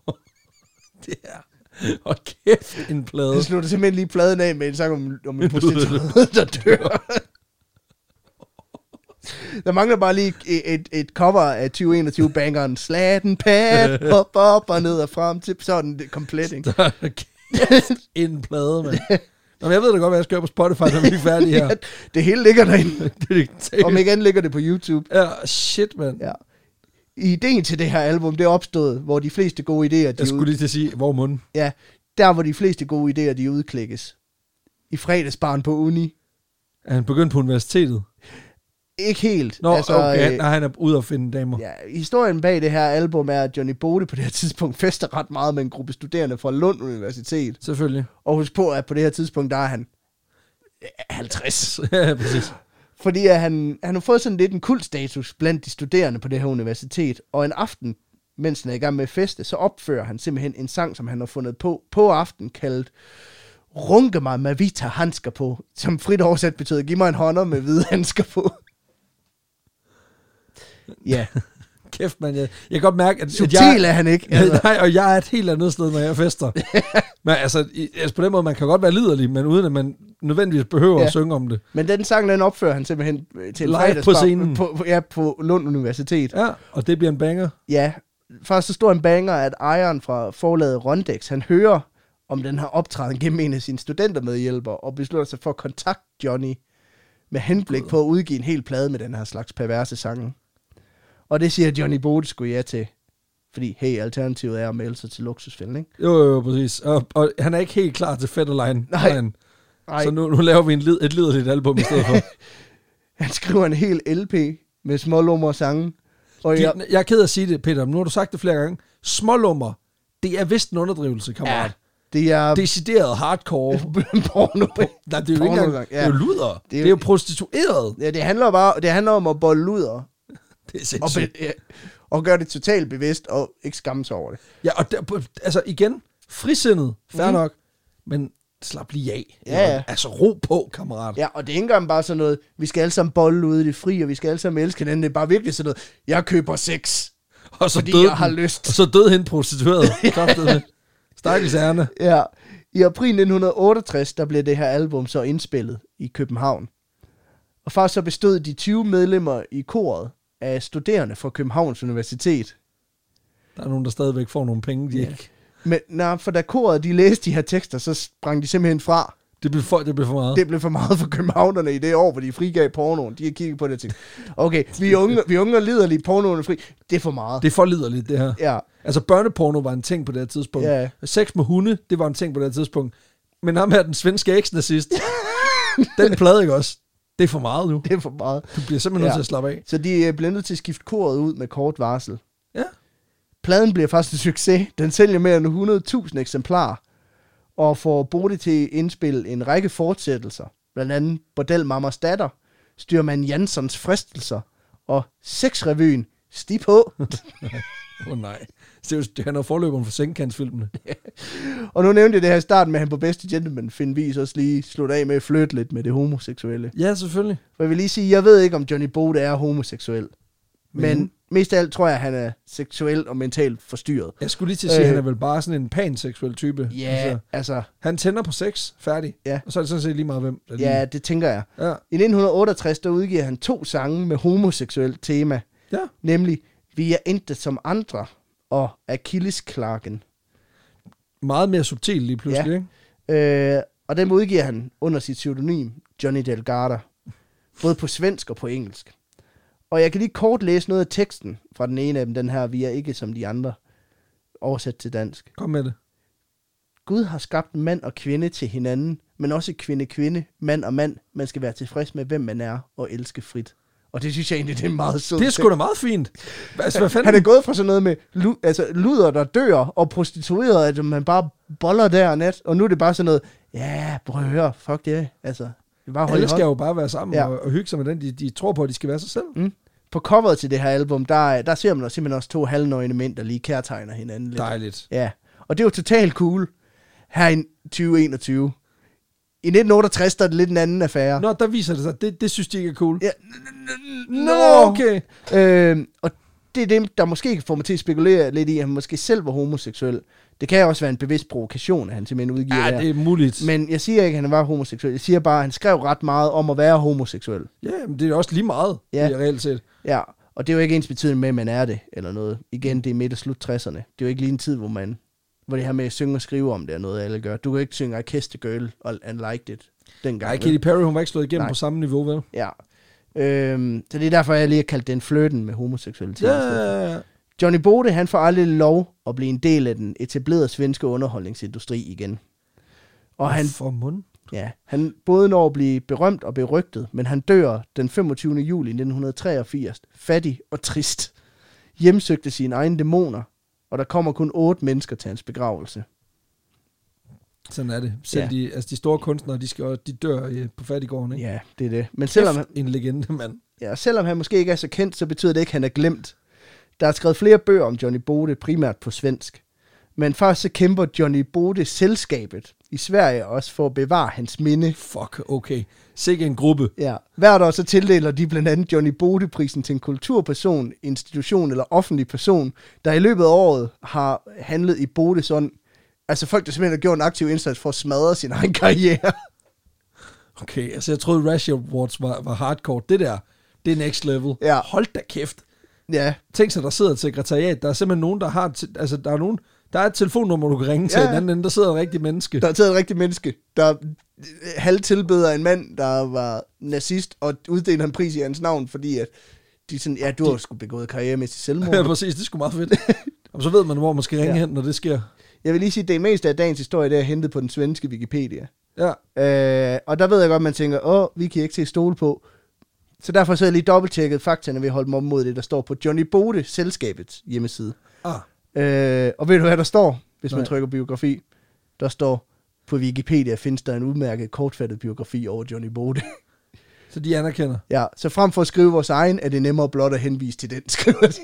[SPEAKER 1] Det er, og kæft en plade.
[SPEAKER 2] Det slutter simpelthen lige pladen af med en sang om, om en prostitueret, der dør. Der mangler bare lige et, et, et cover af tyve enogtyve bangeren Slatten pat, hop op og ned og frem til sådan det komplet, ikke?
[SPEAKER 1] Kæft en plade, mand. Nå, men jeg ved da godt, hvad jeg skal gøre på Spotify, når vi er færdige her.
[SPEAKER 2] Ja, det hele ligger derinde.
[SPEAKER 1] det er
[SPEAKER 2] Om ikke andet ligger det på YouTube.
[SPEAKER 1] Ja, shit, mand.
[SPEAKER 2] Ja. Ideen til det her album, det er opstået, hvor de fleste gode idéer, de
[SPEAKER 1] Jeg skulle
[SPEAKER 2] ud...
[SPEAKER 1] lige til at sige, hvor munden.
[SPEAKER 2] ja, der hvor de fleste gode idéer, de udklikkes. I fredagsbarn på uni.
[SPEAKER 1] Er han begyndt på universitetet?
[SPEAKER 2] Ikke helt.
[SPEAKER 1] Nå, altså, okay, han,
[SPEAKER 2] øh,
[SPEAKER 1] nej, han er ude at finde damer.
[SPEAKER 2] ja, historien bag det her album er, at Johnny Bode på det her tidspunkt fester ret meget med en gruppe studerende fra Lund Universitet.
[SPEAKER 1] Selvfølgelig.
[SPEAKER 2] Og husk på, at på det her tidspunkt, der er han halvtreds.
[SPEAKER 1] Ja, præcis.
[SPEAKER 2] Fordi at han, han har fået sådan lidt en kultstatus blandt de studerende på det her universitet. Og en aften, mens han er i gang med at feste, så opfører han simpelthen en sang, som han har fundet på på aften, kaldet Runke mig med vita handsker på, som frit oversat betyder, giv mig en hånder med hvide handsker på. Ja,
[SPEAKER 1] Kæft, man. Jeg, jeg kan godt mærke, at, at
[SPEAKER 2] subtil
[SPEAKER 1] jeg...
[SPEAKER 2] er han ikke. Altså.
[SPEAKER 1] Nej, og jeg er et helt andet sted, når jeg fester. Men altså, i, altså, på den måde, man kan godt være liderlig, men uden at man nødvendigvis behøver
[SPEAKER 2] Ja.
[SPEAKER 1] at synge om det.
[SPEAKER 2] Men den sang, den opfører han simpelthen til en
[SPEAKER 1] Live
[SPEAKER 2] fredagsbar
[SPEAKER 1] på scenen.
[SPEAKER 2] På, på, ja, på Lund Universitet.
[SPEAKER 1] Ja, og det bliver en banger.
[SPEAKER 2] Ja, faktisk så stor en banger, at ejeren fra forlaget Rondex, han hører om den her optræden gennem en af sine studentermedhjælpere, og beslutter sig for at kontakte Johnny med henblik på at udgive en hel plade med den her slags perverse sange. Og det siger Johnny Bode sgu ja til. Fordi, hey, alternativet er at melde sig til luksusfælden, ikke?
[SPEAKER 1] Jo, jo, jo, præcis. Og, og han er ikke helt klar til Fetterline.
[SPEAKER 2] Nej. Nej.
[SPEAKER 1] Så nu, nu laver vi en lid, et liderligt album i stedet for.
[SPEAKER 2] Han skriver en hel L P med smålumre sange, Og
[SPEAKER 1] De,
[SPEAKER 2] jeg,
[SPEAKER 1] jeg er ked af at sige det, Peter, men nu har du sagt det flere gange. Smålummer, det er vist en underdrivelse, kammerat.
[SPEAKER 2] ja, det er
[SPEAKER 1] Decideret hardcore.
[SPEAKER 2] porno.
[SPEAKER 1] Nej, det er jo ikke engang, det er jo luder.
[SPEAKER 2] Det er jo-
[SPEAKER 1] Det er jo prostitueret.
[SPEAKER 2] Ja, det handler bare, det handler om at bolle luder.
[SPEAKER 1] Det er
[SPEAKER 2] Og,
[SPEAKER 1] sindssygt.
[SPEAKER 2] be, ja, og gøre det totalt bevidst, og ikke skamme sig over det.
[SPEAKER 1] Ja, og der, altså igen, frisindet, fair
[SPEAKER 2] Mhm.
[SPEAKER 1] nok, men slap lige af.
[SPEAKER 2] Ja, ja.
[SPEAKER 1] Altså ro på, kammerat.
[SPEAKER 2] Ja, og det er ikke engang bare sådan noget, vi skal alle sammen bolle ude i det fri, og vi skal alle sammen elske hinanden. Det er bare virkelig sådan noget, jeg køber sex,
[SPEAKER 1] Og så
[SPEAKER 2] fordi
[SPEAKER 1] døde
[SPEAKER 2] jeg har
[SPEAKER 1] den-
[SPEAKER 2] lyst.
[SPEAKER 1] Og så døde hende prostitueret. Kraftedeme. Stakkels ærne.
[SPEAKER 2] Ja, i april nitten otteogtres, der blev det her album så indspillet i København. Og faktisk så bestod de tyve medlemmer i koret af studerende fra Københavns Universitet.
[SPEAKER 1] Der er nogen, der stadigvæk får nogle penge, de
[SPEAKER 2] Ja.
[SPEAKER 1] ikke...
[SPEAKER 2] Men nej, for da koret de læste de her tekster, så sprang de simpelthen fra.
[SPEAKER 1] Det blev for, det blev for meget.
[SPEAKER 2] Det blev for meget for københavnerne i det år, hvor de frigav pornoen. De har kigget på det og tænkt, okay, vi er unge, vi er unge og liderlige, pornoen er fri. Det er for meget.
[SPEAKER 1] Det er for liderligt, det her.
[SPEAKER 2] Ja,
[SPEAKER 1] Altså, børneporno var en ting på det her tidspunkt.
[SPEAKER 2] Ja.
[SPEAKER 1] Sex med hunde, det var en ting på det her tidspunkt. Men ham her, den svenske eks-nazist, den plade ikke også. Det er for meget nu.
[SPEAKER 2] det er for meget.
[SPEAKER 1] Du bliver simpelthen nødt
[SPEAKER 2] Ja.
[SPEAKER 1] til at slappe af.
[SPEAKER 2] Så de er blevet nødt til at skifte koret ud med kort varsel.
[SPEAKER 1] Ja.
[SPEAKER 2] Pladen bliver faktisk en succes. Den sælger mere end hundrede tusind eksemplarer, og får Bode til at indspille en række fortsættelser. Blandt andet Bordel Mammas Datter, Styrmand Janssons Fristelser og Sexrevyen Sti på.
[SPEAKER 1] Åh oh, nej. Det er jo, han er forløberen for sengkantsfilmene.
[SPEAKER 2] Og nu nævnte jeg det her i starten med, at han på Bedste Gentleman Vis også lige slutte af med at flytte lidt med det homoseksuelle.
[SPEAKER 1] Ja, selvfølgelig.
[SPEAKER 2] For jeg vil lige sige, jeg ved ikke, om Johnny Bode er homoseksuel. Men
[SPEAKER 1] Mhm.
[SPEAKER 2] mest af alt tror jeg, at han er seksuel og mentalt forstyrret.
[SPEAKER 1] Jeg skulle lige til at sige,
[SPEAKER 2] Øh.
[SPEAKER 1] at han er vel bare sådan en panseksuel type.
[SPEAKER 2] Ja,
[SPEAKER 1] Altså,
[SPEAKER 2] altså,
[SPEAKER 1] han tænder på sex, færdig.
[SPEAKER 2] Ja.
[SPEAKER 1] Og så er det sådan set lige meget, hvem der
[SPEAKER 2] ja,
[SPEAKER 1] lige...
[SPEAKER 2] det tænker jeg.
[SPEAKER 1] Ja.
[SPEAKER 2] I nitten otteogtres, der udgiver han to sange med homoseksuelt tema.
[SPEAKER 1] Ja.
[SPEAKER 2] Nemlig Vi er intet som andre og Achillesklagen.
[SPEAKER 1] Meget mere subtil lige pludselig,
[SPEAKER 2] Ja.
[SPEAKER 1] ikke?
[SPEAKER 2] Øh, og dem udgiver han under sit pseudonym Johnny Delgado. Både på svensk og på engelsk. Og jeg kan lige kort læse noget af teksten fra den ene af dem, den her, Vi er ikke som de andre, oversat til dansk.
[SPEAKER 1] Kom med det.
[SPEAKER 2] Gud har skabt mand og kvinde til hinanden, men også kvinde-kvinde, mand og mand. Man skal være tilfreds med, hvem man er, og elske frit. Og det synes jeg egentlig, det er meget sødt.
[SPEAKER 1] Det er sgu da meget fint. Altså, hvad fanden?
[SPEAKER 2] Han er gået fra sådan noget med lu- altså, luder, der dør, og prostitueret, at man bare boller der og nat. Og nu er det bare sådan noget, ja, prøv at høre, fuck det. Altså, det er bare holde
[SPEAKER 1] Alle
[SPEAKER 2] i
[SPEAKER 1] skal
[SPEAKER 2] hånd.
[SPEAKER 1] jo bare være sammen
[SPEAKER 2] Ja.
[SPEAKER 1] ja. og, og hygge sig med den, de, de tror på, at de skal være sig selv.
[SPEAKER 2] Mm. På coveret til det her album, der, der ser man simpelthen også to halvnøgne mænd, der lige kærtegner hinanden lidt.
[SPEAKER 1] Dejligt.
[SPEAKER 2] Ja, og det er jo totalt cool her i tyve enogtyve. I nitten otteogtres, der er det lidt en anden affære.
[SPEAKER 1] Nå, der viser det sig. Det, det synes de ikke er cool.
[SPEAKER 2] Ja,
[SPEAKER 1] Nå, okay.
[SPEAKER 2] Øh, og det er det, der måske kan få mig til at spekulere lidt i, at han måske selv var homoseksuel. Det kan også være en bevidst provokation, at han simpelthen udgiver
[SPEAKER 1] Ja,
[SPEAKER 2] det
[SPEAKER 1] det
[SPEAKER 2] her.
[SPEAKER 1] er muligt. Men,
[SPEAKER 2] Men jeg siger ikke, at han var homoseksuel. Jeg siger bare, at han skrev ret meget om at være homoseksuel.
[SPEAKER 1] ja, men det er også lige meget,
[SPEAKER 2] Ja.
[SPEAKER 1] ja. reelt set.
[SPEAKER 2] Ja, og det er jo ikke ens betydning med, at man er det, eller noget. Igen, det er midt og slut tresserne. Det er jo ikke lige en tid, hvor man, hvor det her med at synge og skrive om det er noget, alle gør. Du kan ikke synge I Kissed a Girl and Liked It dengang.
[SPEAKER 1] Nej,
[SPEAKER 2] vel?
[SPEAKER 1] Katy Perry, hun var ikke slået igennem
[SPEAKER 2] Nej.
[SPEAKER 1] på samme niveau, vel?
[SPEAKER 2] Ja. Øhm, så det er derfor, jeg lige har kaldt den flirten med homoseksualitet.
[SPEAKER 1] Ja,
[SPEAKER 2] i stedet for.
[SPEAKER 1] ja, ja.
[SPEAKER 2] Johnny Bode, han får aldrig lov at blive en del af den etablerede svenske underholdningsindustri igen. Og han,
[SPEAKER 1] For mund.
[SPEAKER 2] ja, han både når at blive berømt og berygtet, men han dør den femogtyvende juli nitten treogfirs, fattig og trist. Hjemsøgte sine egne dæmoner, og der kommer kun otte mennesker til hans begravelse.
[SPEAKER 1] Sådan er det. Selv
[SPEAKER 2] Ja.
[SPEAKER 1] de, altså de store kunstnere, de, skal, jo- de dør øh, på fattigården, ikke?
[SPEAKER 2] Ja, det er det. Men selvom han,
[SPEAKER 1] En legende, mand.
[SPEAKER 2] ja, selvom han måske ikke er så kendt, så betyder det ikke, at han er glemt. Der er skrevet flere bøger om Johnny Bode, primært på svensk. Men faktisk så kæmper Johnny Bode selskabet i Sverige også for at bevare hans minde.
[SPEAKER 1] Fuck, okay. Sikke en gruppe.
[SPEAKER 2] Ja. Hvert år så tildeler de blandt andet Johnny Bode-prisen til en kulturperson, institution eller offentlig person, der i løbet af året har handlet i Bodes ånd. Altså folk, der simpelthen har gjort en aktiv indsats for at smadre sin egen karriere.
[SPEAKER 1] Okay, altså jeg troede Razzie Awards var, var hardcore. Det der, det er next level.
[SPEAKER 2] Ja.
[SPEAKER 1] Hold da kæft.
[SPEAKER 2] Ja,
[SPEAKER 1] Tænk sig, der sidder et sekretariat. Der er simpelthen nogen, der har... T- altså, der er nogen... Der er et telefonnummer, du kan ringe til.
[SPEAKER 2] Ja.
[SPEAKER 1] Den anden ende, der sidder et rigtigt menneske.
[SPEAKER 2] der er taget et rigtigt menneske, der halvtilbeder en mand, der var nazist, og uddeler en pris i hans navn, fordi at de sådan, ja, du har sgu begået karrieremæssigt selvmord.
[SPEAKER 1] Ja, præcis. Det er sgu meget fedt. Og så ved man, hvor man skal ringe
[SPEAKER 2] Ja.
[SPEAKER 1] ja. hen, når det sker.
[SPEAKER 2] Jeg vil lige sige, at det meste af dagens historie, det er hentet på den svenske Wikipedia.
[SPEAKER 1] Ja.
[SPEAKER 2] Øh, og der ved jeg godt, man tænker, åh, vi kan ikke se stole på. Så derfor så har jeg lige dobbelttjekket faktaene ved at holde mig op mod det, der står på Johnny Bode, selskabets hjemmeside.
[SPEAKER 1] Ah.
[SPEAKER 2] Øh, og ved du, hvad der står, hvis
[SPEAKER 1] Nej.
[SPEAKER 2] man trykker biografi? Der står, på Wikipedia findes der en udmærket kortfattet biografi over Johnny Bode.
[SPEAKER 1] Så de anerkender.
[SPEAKER 2] Ja, så frem for at skrive vores egen, er det nemmere blot at henvise til den, skriver de.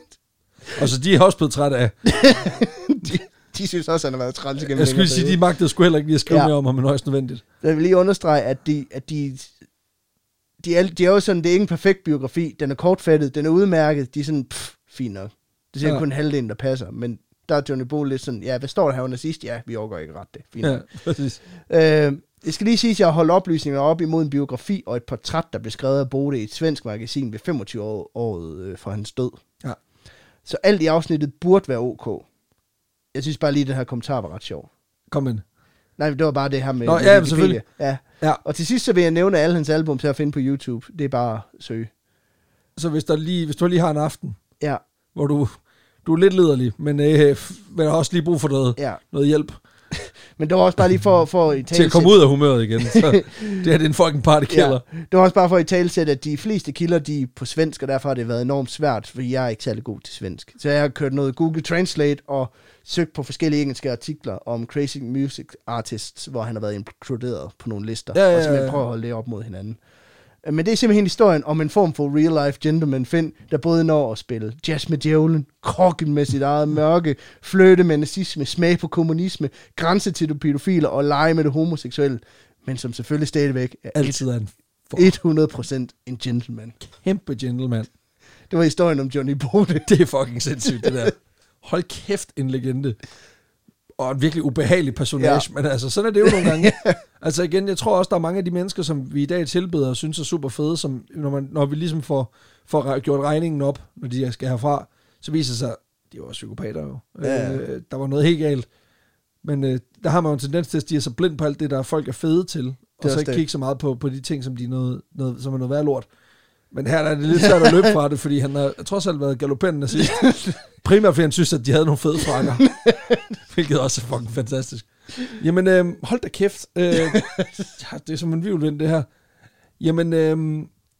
[SPEAKER 1] Og så de er også blevet trætte af.
[SPEAKER 2] de, de synes også, at han har været træls igennem.
[SPEAKER 1] Jeg skulle sige, de magtede sgu heller ikke lige at skrive ja. mere om ham, men højst nødvendigt.
[SPEAKER 2] Jeg vil lige understrege, at de, at de, de, er, de er jo sådan, det er ikke en perfekt biografi. Den er kortfattet, den er udmærket. De er sådan, pff, fint nok. Det er ja. kun halvdelen, der passer. Men der er Johnny Bode lidt sådan, ja, hvad står der her under sidst? Ja, vi overgår ikke ret det. Fint
[SPEAKER 1] ja, præcis.
[SPEAKER 2] Øh, jeg skal lige sige, at jeg har holdt oplysninger op imod en biografi og et portræt, der blev skrevet af Bode i et svensk magasin ved femogtyve-året øh, for hans død. Ja. Så alt i afsnittet burde være ok. Jeg synes bare lige, at den her kommentar var ret sjov.
[SPEAKER 1] Kom ind.
[SPEAKER 2] Nej, det var bare det her med...
[SPEAKER 1] Nå,
[SPEAKER 2] med
[SPEAKER 1] ja, selvfølgelig.
[SPEAKER 2] Ja.
[SPEAKER 1] Ja.
[SPEAKER 2] Og til sidst så vil jeg nævne alle hans album til at finde på YouTube. Det er bare at søge.
[SPEAKER 1] Så hvis, der lige, hvis du lige har en aften,
[SPEAKER 2] ja.
[SPEAKER 1] hvor du, du er lidt lederlig, men øh, men har også lige brug for noget,
[SPEAKER 2] ja.
[SPEAKER 1] noget hjælp.
[SPEAKER 2] Men det var også bare lige for, for i
[SPEAKER 1] til at komme ud af humøret igen. Så det er en fucking partykiller.
[SPEAKER 2] Ja. Det var også bare for i talesæt, at de fleste kilder, de er på svensk, og derfor har det været enormt svært, fordi jeg er ikke særlig god til svensk. Så jeg har kørt noget Google Translate og søgt på forskellige engelske artikler om crazy music artists, hvor han har været inkluderet på nogle lister. Ja, ja, ja. Og simpelthen prøve at holde det op mod hinanden. Men det er simpelthen historien om en form for real-life gentleman Finn, der både når at spille jazz med djævlen, krokken med sit eget mørke, flirte med nazisme, smag på kommunisme, grænse til det pædofiler og lege med det homoseksuelle, men som selvfølgelig stadigvæk er
[SPEAKER 1] altid en
[SPEAKER 2] hundrede procent en gentleman.
[SPEAKER 1] Kæmpe gentleman.
[SPEAKER 2] Det var historien om Johnny Bode.
[SPEAKER 1] Det er fucking sindssygt, det der. Hold kæft, en legende. Og en virkelig ubehagelig personage, ja. Men altså, sådan er det jo nogle gange. Altså igen, jeg tror også, der er mange af de mennesker, som vi i dag tilbeder og synes er super fede, som når, man, når vi ligesom får, får gjort regningen op, når de skal herfra, så viser det sig, de var psykopater jo. Ja. Øh, der var noget helt galt. Men øh, der har man jo en tendens til at stige så blind på alt det, der folk er fede til, og så ikke kigge så meget på, på de ting, som, de noget, noget, som er noget værd lort. Men her er det lidt svært at løbe fra det, fordi han har trods alt været galopperende nazist. Primært fordi han synes, at de havde nogle fede frakker. Hvilket også er fucking fantastisk. Jamen, øh, hold da kæft. Øh, det er som en vivlvind, det her. Jamen, øh,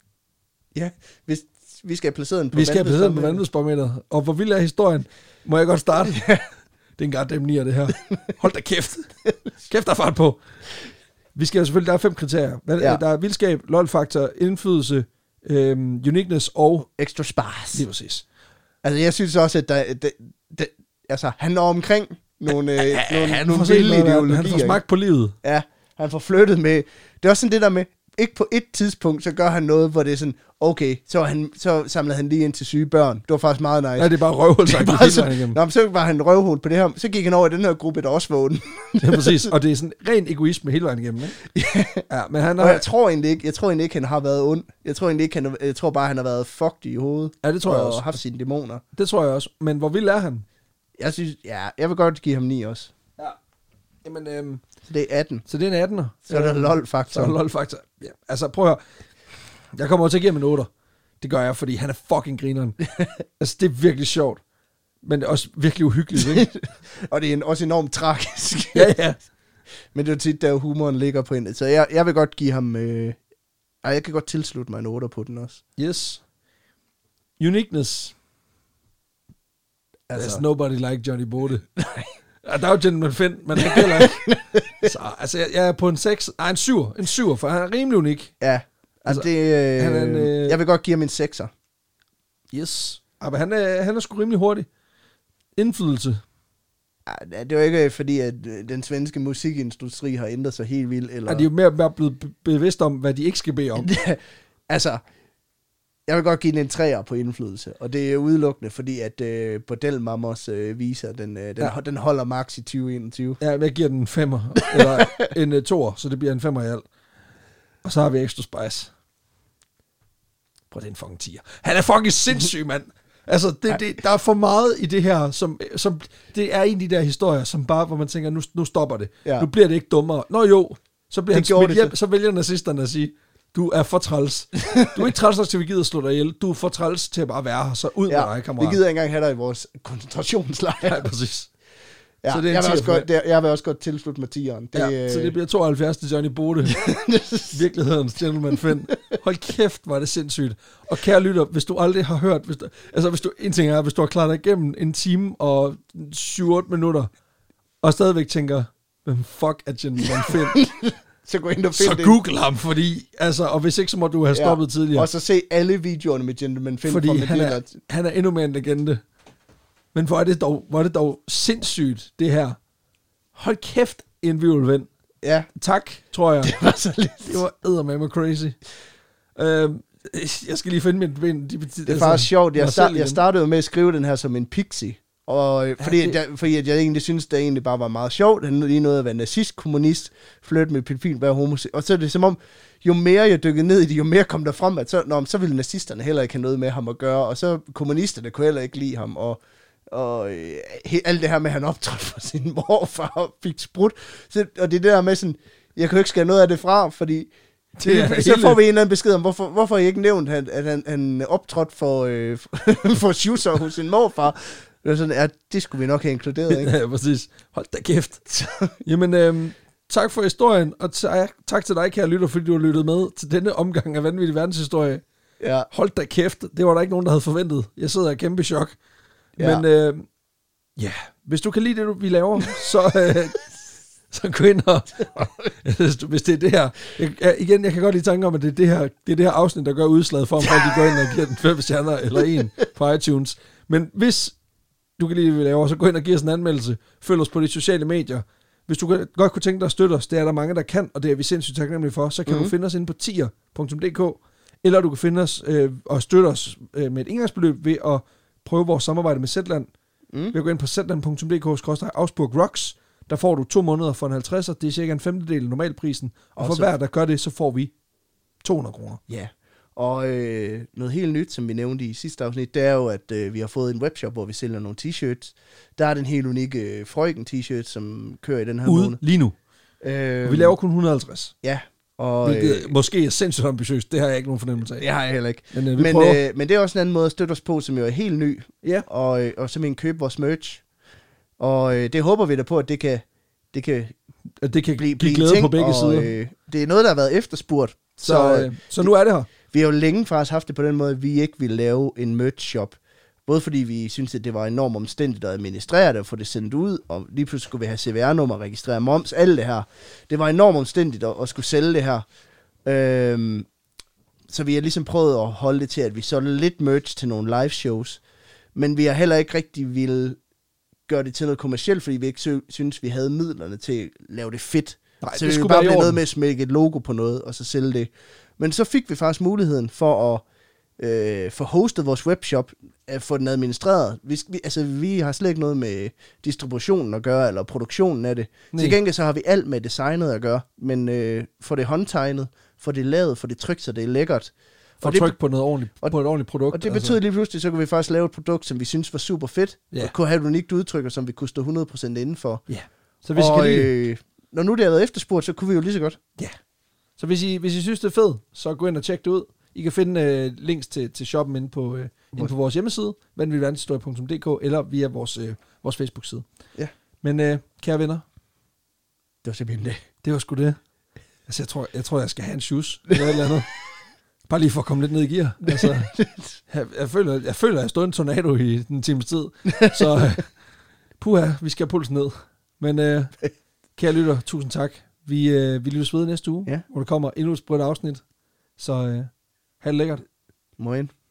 [SPEAKER 2] ja, hvis vi skal have placeret den på
[SPEAKER 1] Vi skal have placeret den på vanvidsbarometeret. Og hvor vild er historien? Må jeg godt starte? Det er en goddamn nier, det her. Hold da kæft. Kæft, der er fart på. Vi skal jo selvfølgelig, der er fem kriterier. Ja. Der er vildskab, lol-faktor, indflydelse, øhm, uniqueness og...
[SPEAKER 2] extra sparse.
[SPEAKER 1] Lige præcis.
[SPEAKER 2] Altså, jeg synes også, at der, der, der, altså, han når omkring nogle, øh, nogle,
[SPEAKER 1] han
[SPEAKER 2] nogle
[SPEAKER 1] vilde ideologier. Han får smagt på livet.
[SPEAKER 2] Ja, han får flyttet med... Det er også sådan det der med, ikke på et tidspunkt, så gør han noget, hvor det er sådan, okay, så, han, så samlede han lige ind til syge børn. Det var faktisk meget nice.
[SPEAKER 1] Ja, det er bare røvhul, så,
[SPEAKER 2] Nå, så var han røvhul på det her. Så gik han over i den her gruppe, der også vågen.
[SPEAKER 1] Ja, præcis. Og det er sådan ren egoisme hele vejen igennem, ikke?
[SPEAKER 2] Ja.
[SPEAKER 1] Ja, men han har...
[SPEAKER 2] Og jeg tror egentlig ikke, jeg tror egentlig ikke, han har været ond. Jeg tror egentlig ikke, han, jeg tror bare, han har været fucked i hovedet.
[SPEAKER 1] Ja, det tror jeg også.
[SPEAKER 2] Og haft sine dæmoner.
[SPEAKER 1] Det tror jeg også. Men hvor vild er han?
[SPEAKER 2] Jeg synes, ja, jeg vil godt give ham ni også.
[SPEAKER 1] Ja. Jamen, øhm...
[SPEAKER 2] Så det er atten.
[SPEAKER 1] Så det er en attener.
[SPEAKER 2] Så er der lol-faktor.
[SPEAKER 1] Så er der lol-faktor. Ja, altså prøv at høre. Jeg kommer til at give ham en otter. Det gør jeg, fordi han er fucking grineren. Altså, det er virkelig sjovt. Men det er også virkelig uhyggeligt, ikke?
[SPEAKER 2] Og det er en, også enormt tragisk.
[SPEAKER 1] Ja, ja.
[SPEAKER 2] Men det er tit, der humoren ligger på en. Så jeg, jeg vil godt give ham... Øh... Ej, jeg kan godt tilslutte mig en otter på den også.
[SPEAKER 1] Yes. Uniqueness. Altså. There's nobody like Johnny Bode. Nej. Der er jo gentleman Finn, men han gælder ikke. Så, altså, jeg, jeg er på en seks, nej, en syv, en syv, for han er rimelig unik.
[SPEAKER 2] Ja, altså, det, øh, han er en, øh... jeg vil godt give ham en sekser.
[SPEAKER 1] Yes, men han er, han er sgu rimelig hurtig. Indflydelse.
[SPEAKER 2] Ja, det er jo ikke fordi, at den svenske musikindustri har ændret sig helt vildt. Eller...
[SPEAKER 1] Ja, de er jo mere, mere blevet bevidst om, hvad de ikke skal bede om.
[SPEAKER 2] Altså... Jeg vil godt give den en treer på indflydelse, og det er udelukkende, fordi at øh, Bordel Mamos øh, viser, den, øh, den, ja. den holder max i tyve enogtyve.
[SPEAKER 1] Ja, jeg giver den en femmer, eller en uh, toer, så det bliver en femmer i alt. Og så har vi Extra Spice. Prøv, det er en fucking tier. Han er fucking sindssyg, mand. Altså, det, det, der er for meget i det her, som, som det er en af de der historier, som bare, hvor man tænker, nu, nu stopper det. Ja. Nu bliver det ikke dummere. Nå jo, så bliver det han smidt hjem, så vælger nazisterne at sige, du er for træls. Du er ikke træls, til vi gider slå dig ihjel. Du er for træls til at bare være her, så ud ja, med dig, kammerat.
[SPEAKER 2] Vi gider ikke engang have dig i vores koncentrationslejr.
[SPEAKER 1] Ja, præcis.
[SPEAKER 2] Ja, så det er jeg, vil også godt, det, jeg vil også godt tilslutte Mathieren.
[SPEAKER 1] Det, ja, så det bliver tooghalvfjerds til Johnny Bode. Virkelighedens gentleman Finn. Hold kæft, var det sindssygt. Og kære lytter, hvis du aldrig har hørt, hvis du, altså hvis du, en ting er, hvis du har klaret dig igennem en time og syv otte minutter, og stadigvæk tænker, hvem fuck er Gentleman Finn?
[SPEAKER 2] Så gå ind og find
[SPEAKER 1] Så
[SPEAKER 2] det.
[SPEAKER 1] google ham, fordi, altså, og hvis ikke, så må du have stoppet ja. tidligere.
[SPEAKER 2] Og så se alle videoerne med Gentleman Finn.
[SPEAKER 1] Fordi
[SPEAKER 2] fra
[SPEAKER 1] han er, han er endnu mere en legende. Men hvor er det dog, hvor er det dog sindssygt, det her. Hold kæft, en virvelvind.
[SPEAKER 2] Ja.
[SPEAKER 1] Tak, tror jeg.
[SPEAKER 2] Det var så lidt.
[SPEAKER 1] Det var eddermame crazy. Øhm, jeg skal lige finde min ben. De, de,
[SPEAKER 2] det er altså, faktisk sjovt. Jeg, start, jeg startede jo med at skrive den her som en pixie. Og, ja, fordi, det... jeg, fordi at jeg egentlig synes, det egentlig bare var meget sjovt. Han lige nåede at være nazist, kommunist, flytte med pædofil, være homoseksuel. Og så er det som om, jo mere jeg dykkede ned i det, jo mere kom der frem, at så, nå, så ville nazisterne heller ikke have noget med ham at gøre. Og så kommunisterne kunne heller ikke lide ham. Og, og øh, alt det her med, at han optrådte for sin morfar og fik sprut. Så, og det der med sådan, jeg kan jo ikke skære noget af det fra, fordi... Det, det, så hele... får vi en eller anden besked om, hvorfor, hvorfor jeg ikke nævnt, at, at han, han optrådte for, øh, for schusser hos sin morfar. Det var sådan, ja, det skulle vi nok have inkluderet, ikke?
[SPEAKER 1] Ja, præcis. Hold da kæft. Jamen, øhm, tak for historien, og t- tak til dig, kære lytter, fordi du har lyttet med til denne omgang af Vanvittig Verdenshistorie.
[SPEAKER 2] Ja.
[SPEAKER 1] Hold da kæft. Det var der ikke nogen, der havde forventet. Jeg sidder i kæmpe chok.
[SPEAKER 2] Ja.
[SPEAKER 1] Men øh, ja, hvis du kan lide det, vi laver, så... Øh, så gå ind og, hvis det er det her, jeg, igen, jeg kan godt lige tænke om, at det er det her, det er det her afsnit, der gør udslaget for, om folk de går ind og giver den fem stjerner eller en på iTunes. Men hvis du kan lide det, vi laver, så gå ind og giv os en anmeldelse. Følg os på de sociale medier. Hvis du godt kunne tænke dig at støtte os, det er der mange, der kan, og det er vi sindssygt taknemmelige for, så kan mm-hmm. du finde os inde på tier punktum d k, eller du kan finde os øh, og støtte os øh, med et engangsbeløb ved at prøve vores samarbejde med Zetland. Mm. Ved at gå ind på zetland punktum d k skråstreg Augsburg Rocks. Der får du to måneder for en halvtredser, det er cirka en femtedel af normalprisen, og for Også. hver, der gør det, så får vi to hundrede kroner.
[SPEAKER 2] Ja, og øh, noget helt nyt, som vi nævnte i sidste afsnit, det er jo, at øh, vi har fået en webshop, hvor vi sælger nogle t-shirts. Der er den helt unikke øh, Frøken t-shirt, som kører i den her
[SPEAKER 1] Ude
[SPEAKER 2] måned.
[SPEAKER 1] lige nu.
[SPEAKER 2] Øh,
[SPEAKER 1] og vi laver kun et hundrede og halvtreds.
[SPEAKER 2] Ja. Og,
[SPEAKER 1] Hvilket øh, måske er sindssygt ambitiøst, det har jeg ikke nogen fornemmelse af.
[SPEAKER 2] Det har jeg heller ikke.
[SPEAKER 1] Men, øh, vi
[SPEAKER 2] men, øh, men det er også en anden måde at støtte os på, som jo er helt ny.
[SPEAKER 1] Ja.
[SPEAKER 2] Og, øh, og simpelthen købe vores merch. Og øh, det håber vi da på, at det kan... Det kan,
[SPEAKER 1] at det kan blive, blive glæde ting, på begge
[SPEAKER 2] og,
[SPEAKER 1] sider.
[SPEAKER 2] Øh, det er noget, der har været efterspurgt.
[SPEAKER 1] Så, så, øh, så nu er det her.
[SPEAKER 2] Vi har jo længe faktisk haft det på den måde, at vi ikke ville lave en merch shop. Både fordi vi synes at det var enormt omstændigt at administrere det og få det sendt ud, og lige pludselig skulle vi have C V R-nummer, registrere moms, alt det her. Det var enormt omstændigt at, at skulle sælge det her. Øhm, så vi har ligesom prøvet at holde det til, at vi solgte lidt merch til nogle live shows. Men vi har heller ikke rigtig ville gøre det til noget kommercielt, fordi vi ikke sy- synes, vi havde midlerne til at lave det fedt.
[SPEAKER 1] Nej,
[SPEAKER 2] så
[SPEAKER 1] det
[SPEAKER 2] vi
[SPEAKER 1] skulle
[SPEAKER 2] bare
[SPEAKER 1] blive
[SPEAKER 2] noget med at smække et logo på noget, og så sælge det. Men så fik vi faktisk muligheden for at øh, få hostet vores webshop, at få den administreret. Vi, vi, altså, vi har slet ikke noget med distributionen at gøre, eller produktionen af det. Nej. Til gengæld så har vi alt med designet at gøre, men øh, få det håndtegnet, få det lavet, få det trykt, så det er lækkert.
[SPEAKER 1] For at trykke på, noget ordentligt, og, på et ordentligt produkt.
[SPEAKER 2] Og det betød altså. Lige pludselig, så kunne vi faktisk lave et produkt, som vi synes var super fedt, ja. Og kunne have et unikt udtryk, og som vi kunne stå hundrede procent indenfor.
[SPEAKER 1] Ja. Så hvis
[SPEAKER 2] og,
[SPEAKER 1] I kan lide...
[SPEAKER 2] øh, når nu det har været efterspurgt, så kunne vi jo lige så godt.
[SPEAKER 1] Ja. Så hvis I, hvis I synes, det er fedt, så gå ind og tjek det ud. I kan finde øh, links til, til shoppen inde på, øh, inde på vores hjemmeside, vanvittig verdenshistorie punktum d k, eller via vores, øh, vores Facebook-side.
[SPEAKER 2] Ja.
[SPEAKER 1] Men øh, kære venner,
[SPEAKER 2] det var simpelthen det.
[SPEAKER 1] Det var sgu det. Altså, jeg tror, jeg, tror, jeg skal have en shoes, eller et eller andet. Bare lige for at komme lidt ned i gear. Altså, jeg, jeg, føler, jeg føler, at jeg stod en tornado i den times tid. Så øh, puha, vi skal have pulsen ned. Men øh, kære lytter, tusind tak. Vi, øh, vi lyttes ved næste uge,
[SPEAKER 2] ja.
[SPEAKER 1] Hvor der kommer endnu et sprødt afsnit. Så øh, ha' det lækkert.
[SPEAKER 2] Moin.